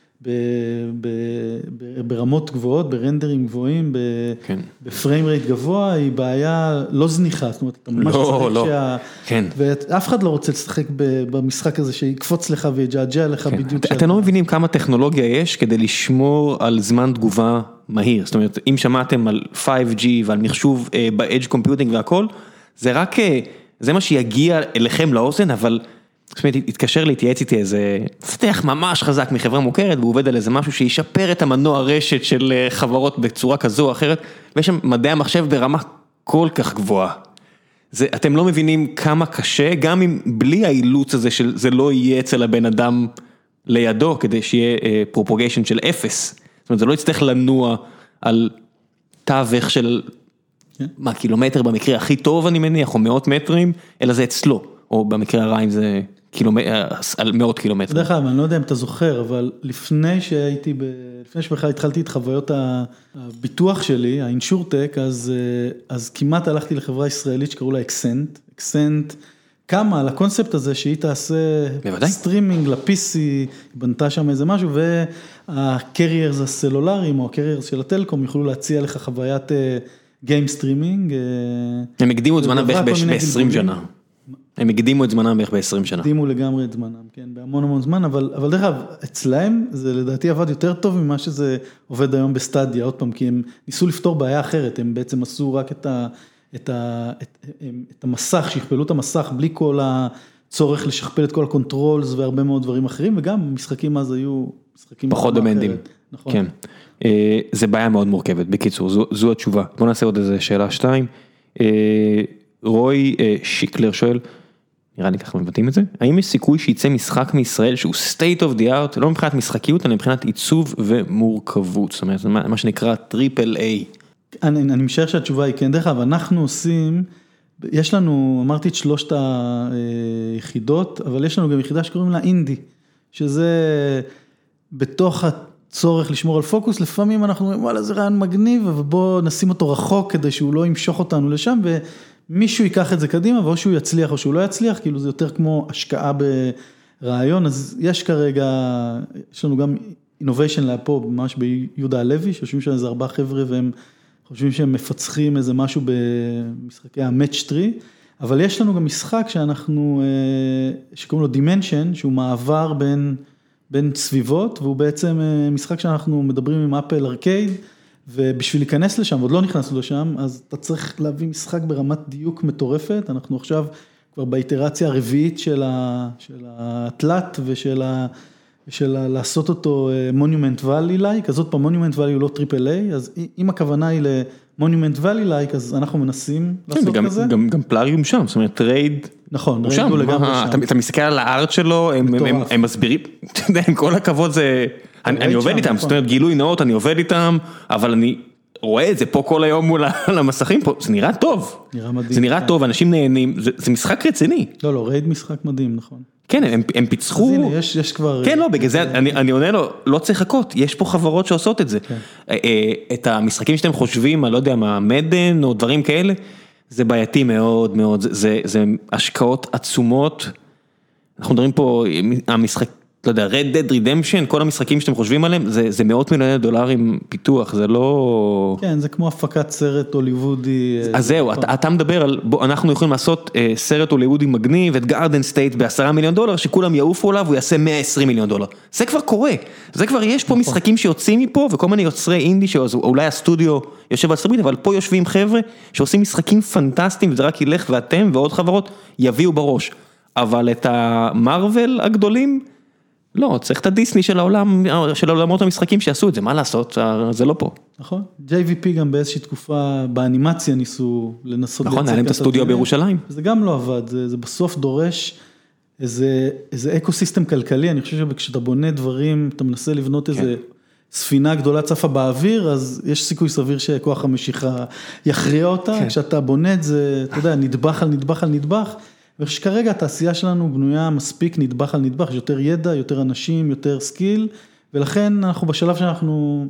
ברמות גבוהות, ברנדרים גבוהים, בפריים רייט גבוה, היא בעיה לא זניחה, זאת אומרת, אתה ממש צריך שה... ואף אחד לא רוצה לשחק במשחק הזה, שיקפוץ לך ויג'עג'ע לך בדיוק. אתם לא מבינים כמה טכנולוגיה יש כדי לשמור על זמן תגובה מהיר, זאת אומרת, אם שמעתם על פייב ג'י ועל מחשוב ב-Edge Computing והכל, זה רק, זה מה שיגיע אליכם לאוזן, אבל... זאת אומרת, התקשר להתייעץ איתי איזה מפתח ממש חזק מחברה מוכרת, והוא עובד על איזה משהו שישפר את המנוע רשת של חברות בצורה כזו או אחרת, ויש שם מדעי המחשב ברמה כל כך גבוהה. זה, אתם לא מבינים כמה קשה, גם אם בלי האילוץ הזה של זה לא יהיה אצל הבן אדם לידו, כדי שיהיה פרופוגיישן של אפס. זאת אומרת, זה לא יצטרך לנוע על תווך של מה, קילומטר במקרה הכי טוב אני מניח, או מאות מטרים, אלא זה אצלו, או במקרה הרע אם זה... על מאות קילומטר. דרך אגב, אני לא יודע אם אתה זוכר, אבל לפני שהייתי, לפני שבכלל התחלתי את חוויות הביטוח שלי, האינשורטק, אז, אז כמעט הלכתי לחברה ישראלית שקראו לה אקסנט, אקסנט קמה על הקונספט הזה שהיא תעשה סטרימינג ל-פי סי, בנתה שם איזה משהו, והקריירס הסלולריים או הקריירס של הטלקום יוכלו להציע לך חוויית גיים סטרימינג. הם הקדימו את זמנם בערך ב-עשרים שנה. הם הקדימו את זמנם בערך ב-עשרים שנה. הקדימו לגמרי את זמנם, כן, בהמון המון זמן, אבל, אבל דרך אגב, אצלהם זה לדעתי עבד יותר טוב ממה שזה עובד היום בסטדיה, עוד פעם, כי הם ניסו לפתור בעיה אחרת, הם בעצם עשו רק את, ה, את, ה, את, את המסך, שכפלו את המסך, בלי כל הצורך לשכפל את כל הקונטרולס והרבה מאוד דברים אחרים, וגם משחקים אז היו משחקים... פחות דמנדים. נכון. כן. זה בעיה מאוד מורכבת, בקיצור, זו, זו התשובה. בוא נעשה עוד איזה שאלה שתיים. רוי שיקלר שואל, נראה לי ככה מבטאים את זה, האם יש סיכוי שיצא משחק מישראל שהוא state of the art, לא מבחינת משחקיות, אלא מבחינת עיצוב ומורכבות, זאת אומרת, מה שנקרא טריפל איי. אני, אני משער שהתשובה היא כן, דרך אגב, אנחנו עושים, יש לנו, אמרתי את שלושת היחידות, אבל יש לנו גם יחידה שקוראים לה אינדי, שזה בתוך הצורך לשמור על פוקוס, לפעמים אנחנו אומרים, וואלה, זה רעיון מגניב, ובוא נשים אותו רחוק כדי שהוא לא ימשוך אותנו לשם, ו... מישהו ייקח את זה קדימה, ואו שהוא יצליח או שהוא לא יצליח, כאילו זה יותר כמו השקעה ברעיון, אז יש כרגע, יש לנו גם innovation lab פה, ממש ביהודה הלוי, שיושבים שם איזה ארבעה חבר'ה, והם חושבים שהם מפצחים איזה משהו במשחקי ה-match tree, אבל יש לנו גם משחק שאנחנו, שקוראים לו Dimension, שהוא מעבר בין, בין סביבות, והוא בעצם משחק שאנחנו מדברים עם אפל ארקייד, ובשביל להיכנס לשם, ועוד לא נכנסנו לשם, אז אתה צריך להביא משחק ברמת דיוק מטורפת, אנחנו עכשיו כבר באיטרציה הרביעית של התלת, ושל ה... של לעשות אותו מונומנט ואלי לייק, אז עוד פעם מונומנט ואלי הוא לא טריפל איי, אז אם הכוונה היא למונומנט ואלי לייק, אז אנחנו מנסים לעשות כזה. גם פלאריום שם, זאת אומרת טרייד, נכון, רייד הוא לגמרי שם. אתה מסתכל על הארט שלו, הם מסבירים, אתה יודע, עם כל הכבוד זה, אני עובד איתם, זאת אומרת גילוי נאות, אני עובד איתם, אבל אני רואה את זה פה כל היום מול המסכים פה, זה נראה טוב, זה נראה טוב, אנשים נהנים, זה משחק רציני. לא, לא, רייד משחק מדהים, נכון. כן, הם, הם פיצחו... אז הנה, יש, יש כבר... כן, לא, בגלל זה, אני, אני עונה לו, לא צריך לחכות, יש פה חברות שעושות את זה. כן. את המשחקים שאתם חושבים, אני לא יודע מה, מדן או דברים כאלה, זה בעייתי מאוד מאוד, זה, זה, זה השקעות עצומות. אנחנו מדברים פה, המשחק, לא יודע, Red Dead Redemption, כל המשחקים שאתם חושבים עליהם, זה, זה מאות מיליוני דולרים פיתוח, זה לא... כן, זה כמו הפקת סרט הוליוודי. אז זהו, אתה, אתה מדבר על, בוא, אנחנו יכולים לעשות אה, סרט הוליוודי מגניב, את גארדן סטייט בעשרה מיליון דולר, שכולם יעופו עליו, הוא יעשה מאה ועשרים מיליון דולר. זה כבר קורה, זה כבר, יש פה משחקים שיוצאים מפה, וכל מיני יוצרי אינדי, שאולי הסטודיו יושב על סרבית, אבל פה יושבים חבר'ה, שעושים משחקים פנטסטיים, וזה רק ילך ואתם ועוד חברות יביאו בראש. אבל את המרוול הגדולים, לא, צריך את הדיסני של העולם, של העולמות המשחקים שעשו את זה, מה לעשות, זה לא פה. נכון, ג'יי וי פי גם באיזושהי תקופה, באנימציה ניסו לנסות... נכון, היה להם את הסטודיו בירושלים. זה גם לא עבד, זה, זה בסוף דורש איזה, איזה אקוסיסטם כלכלי, אני חושב שכשאתה בונה דברים, אתה מנסה לבנות כן. איזה ספינה גדולה צפה באוויר, אז יש סיכוי סביר שכוח המשיכה יכריע אותה, כן. כשאתה בונה את זה, אתה יודע, נדבך על נדבך על נדבך, וכרגע התעשייה שלנו בנויה מספיק נדבך על נדבך, יש יותר ידע, יותר אנשים, יותר סקיל, ולכן אנחנו בשלב שאנחנו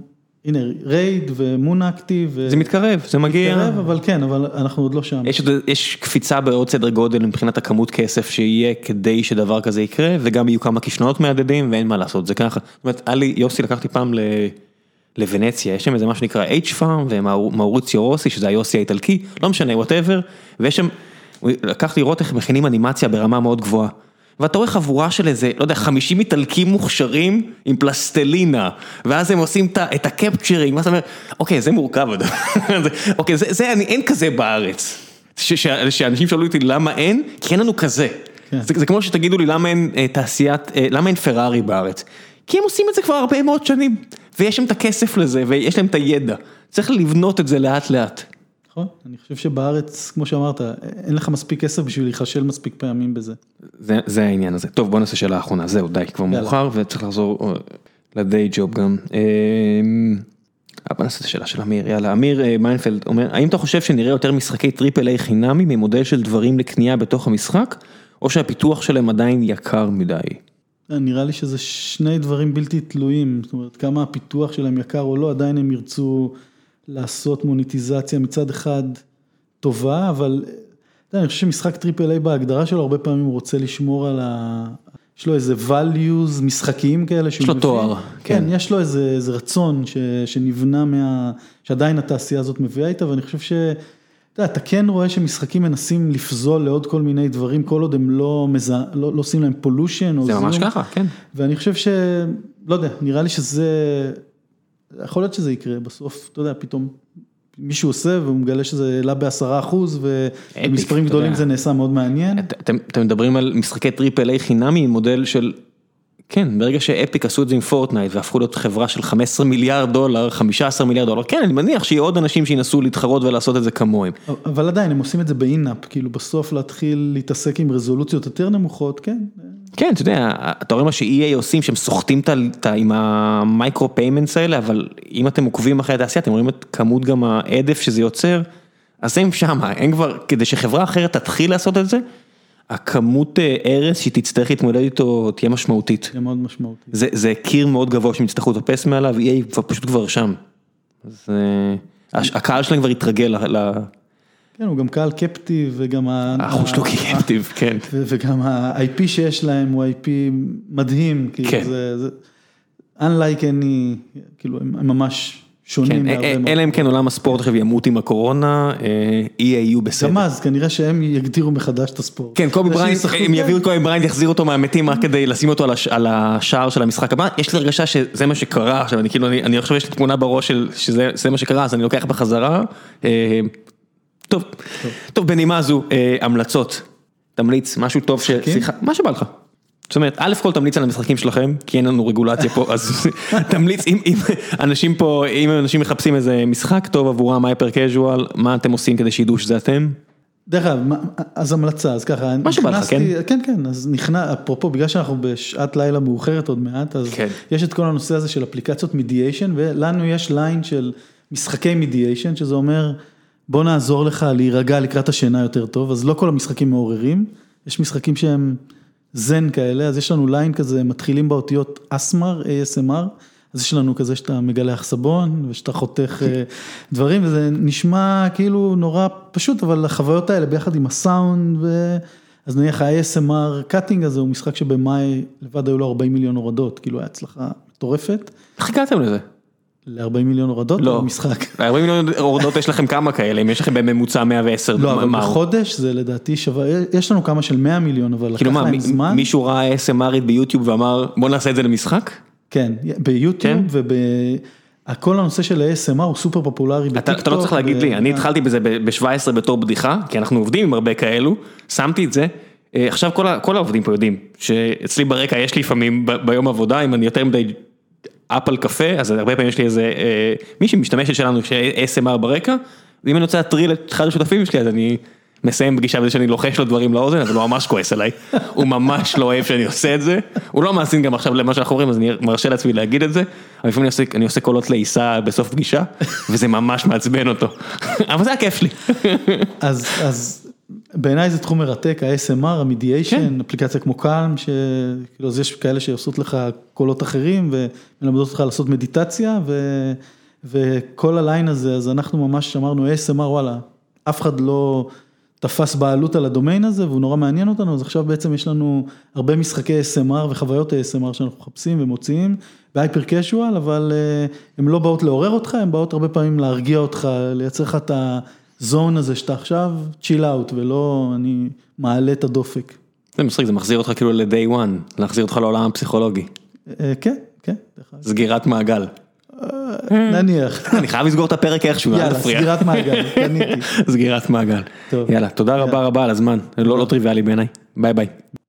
הנה, רייד ומון אקטיב. זה מתקרב, זה מגיע. מתקרב, אבל כן, אבל אנחנו עוד לא שם. יש, יש קפיצה בעוד סדר גודל מבחינת הכמות כסף שיהיה כדי שדבר כזה יקרה, וגם יהיו כמה כישלונות מהדהדים, ואין מה לעשות, זה ככה. זאת אומרת, אלי, יוסי לקחתי פעם ל... לוונציה, יש שם איזה מה שנקרא H-Farm, ומאוריציו רוסי, שזה היוסי האיטלקי, לא משנה, whatever, ויש שם, לקח לראות איך מכינים אנימציה ברמה מאוד גבוהה. ואתה רואה חבורה של איזה, לא יודע, חמישים איטלקים מוכשרים עם פלסטלינה, ואז הם עושים את הקפצ'רינג, ואז אתה אומר, אוקיי, זה מורכב, אוקיי, זה, אין כזה בארץ. שאנשים שאלו אותי למה אין, כי אין לנו כזה. זה כמו שתגידו לי למה אין תעשיית, למה אין פרארי בארץ. כי הם עושים את זה כבר הרבה מאוד שנים, ויש להם את הכסף לזה, ויש להם את הידע. צריך לבנות את זה לאט לאט. נכון, אני חושב שבארץ, כמו שאמרת, אין לך מספיק כסף בשביל להיחשל מספיק פעמים בזה. זה, זה העניין הזה. טוב, בוא נעשה שאלה האחרונה. זהו, די, כבר מאוחר, וצריך לחזור לדיי ג'וב גם. בוא נעשה את השאלה של אמיר. יאללה, אמיר מיינפלד אומר, האם אתה חושב שנראה יותר משחקי טריפל איי חינמי ממודל של דברים לקנייה בתוך המשחק, או שהפיתוח שלהם עדיין יקר מדי? נראה לי שזה שני דברים בלתי תלויים, זאת אומרת, כמה הפיתוח שלהם יקר או לא, עדיין הם ירצו לעשות מוניטיזציה מצד אחד טובה, אבל אני חושב שמשחק טריפל איי בהגדרה שלו, הרבה פעמים הוא רוצה לשמור על ה... יש לו איזה values משחקיים כאלה. יש לו תואר. כן, יש לו איזה, איזה רצון ש, שנבנה מה... שעדיין התעשייה הזאת מביאה איתה, ואני חושב ש... אתה, אתה כן רואה שמשחקים מנסים לפזול לעוד כל מיני דברים, כל עוד הם לא, מזה, לא, לא עושים להם פולושן או זה זיום. ממש ככה, כן. ואני חושב ש... לא יודע, נראה לי שזה... יכול להיות שזה יקרה, בסוף, אתה יודע, פתאום מישהו עושה והוא מגלה שזה עלה בעשרה אחוז, ומספרים גדולים זה נעשה מאוד מעניין. אתם, אתם מדברים על משחקי טריפל איי חינמי עם מודל של... כן, ברגע שאפיק עשו את זה עם פורטנייט, והפכו להיות חברה של חמישה עשר מיליארד דולר, חמישה עשר מיליארד דולר, כן, אני מניח שיהיו עוד אנשים שינסו להתחרות ולעשות את זה כמוהם. אבל עדיין, הם עושים את זה באינאפ, כאילו בסוף להתחיל להתעסק עם רזולוציות יותר נמוכות, כן? כן, אתה יודע, אתה רואה מה ש-אי איי עושים, שהם סוחטים עם המייקרו פיימנטס האלה, אבל אם אתם עוקבים אחרי התעשייה, אתם רואים את כמות גם העדף שזה יוצר, אז הם שם, הם כבר, כדי שחברה אחרת תתחיל לעשות את זה, הכמות ארץ שתצטרך להתמודד איתו תהיה משמעותית. תהיה מאוד משמעותית. זה, זה קיר מאוד גבוה שהם יצטרכו לטפס מעליו, אי איי פשוט כבר שם. אז הקהל שלהם כבר יתרגל ל... כן, הוא גם קהל קפטיב, וגם האחוש לא קפטיב, כן. וגם ה-איי פי שיש להם הוא איי פי מדהים, כאילו זה... unlike any, כאילו הם ממש... אלא אם כן עולם הספורט עכשיו ימות עם הקורונה, אי איי יהיו בסדר. גם אז, כנראה שהם יגדירו מחדש את הספורט. כן, קובי בריינט, הם יביאו את קובי בריינט, יחזירו אותו מהמתים רק כדי לשים אותו על השער של המשחק הבא. יש לי הרגשה שזה מה שקרה, עכשיו אני כאילו, אני חושב שיש לי תמונה בראש שזה מה שקרה, אז אני לוקח בחזרה. טוב, טוב, בנימה זו, המלצות, תמליץ, משהו טוב, מה שבא לך. זאת אומרת, א' כל תמליץ על המשחקים שלכם, כי אין לנו רגולציה פה, אז תמליץ, אם אנשים פה, אם אנשים מחפשים איזה משחק טוב עבורם, הייפר קז'ואל, מה אתם עושים כדי שידעו שזה אתם? דרך אגב, אז המלצה, אז ככה, מה שבא לך, כן? כן, כן, אז נכנס, אפרופו, בגלל שאנחנו בשעת לילה מאוחרת עוד מעט, אז יש את כל הנושא הזה של אפליקציות מידיאשן, ולנו יש ליין של משחקי מידיאשן, שזה אומר, בוא נעזור לך להירגע לקראת השינה יותר טוב, אז לא כל המשחקים מעוררים, יש משחקים שהם זן כאלה, אז יש לנו ליין כזה, מתחילים באותיות אסמר, איי אס אם אר, אז יש לנו כזה שאתה מגלח סבון, ושאתה חותך דברים, וזה נשמע כאילו נורא פשוט, אבל החוויות האלה ביחד עם הסאונד, ו... אז נניח ה-איי אס אם אר קאטינג הזה, הוא משחק שבמאי לבד היו לו ארבעים מיליון הורדות, כאילו היה הצלחה מטורפת. איך הגעתם לזה? ל-ארבעים מיליון הורדות? לא. במשחק. ל-ארבעים מיליון הורדות יש לכם כמה כאלה, אם יש לכם בממוצע מאה ועשר. לא, אבל בחודש זה לדעתי שווה, יש לנו כמה של מאה מיליון, אבל לקח להם זמן. מישהו ראה איי אס אם ארית ביוטיוב ואמר, בוא נעשה את זה למשחק? כן, ביוטיוב וכל הנושא של ה-איי אס אם אר הוא סופר פופולרי בטיקטוק. אתה לא צריך להגיד לי, אני התחלתי בזה ב-שבע עשרה בתור בדיחה, כי אנחנו עובדים עם הרבה כאלו, שמתי את זה, עכשיו כל העובדים פה יודעים, שאצלי ברקע יש לי לפעמים ביום עבודה, אם אני יותר מדי אפל קפה, אז הרבה פעמים יש לי איזה, מישהי משתמשת שלנו, ש-איי אס אם אר ברקע, ואם אני רוצה להטריל את אחד השותפים שלי, אז אני מסיים פגישה בזה שאני לוחש לו דברים לאוזן, אבל הוא ממש כועס עליי, הוא ממש לא אוהב שאני עושה את זה, הוא לא מאזין גם עכשיו למה שאנחנו רואים, אז אני מרשה לעצמי להגיד את זה, אבל לפעמים אני עושה קולות לעיסה בסוף פגישה, וזה ממש מעצבן אותו, אבל זה היה כיף שלי. אז, אז בעיניי זה תחום מרתק, ה-איי אס אם אר, המדיאשן, אפליקציה כמו קלם, שכאילו יש כאלה שעושות לך קולות אחרים, ומלמדות אותך לעשות מדיטציה, וכל הליין הזה, אז אנחנו ממש אמרנו, אס אם אר, וואלה, אף אחד לא תפס בעלות על הדומיין הזה, והוא נורא מעניין אותנו, אז עכשיו בעצם יש לנו הרבה משחקי אס אם אר וחוויות אס אם אר שאנחנו מחפשים ומוציאים, בהייפר קז'ואל, אבל הם לא באות לעורר אותך, הם באות הרבה פעמים להרגיע אותך, לייצר לך את הזון הזה שאתה עכשיו, chill out, ולא אני מעלה את הדופק. זה מצחיק, זה מחזיר אותך כאילו ל-day one, להחזיר אותך לעולם הפסיכולוגי. כן, כן. סגירת מעגל. נניח. אני חייב לסגור את הפרק איכשהו. יאללה, סגירת מעגל, קניתי. סגירת מעגל. יאללה, תודה רבה רבה על הזמן, לא טריוויאלי בעיניי. ביי ביי.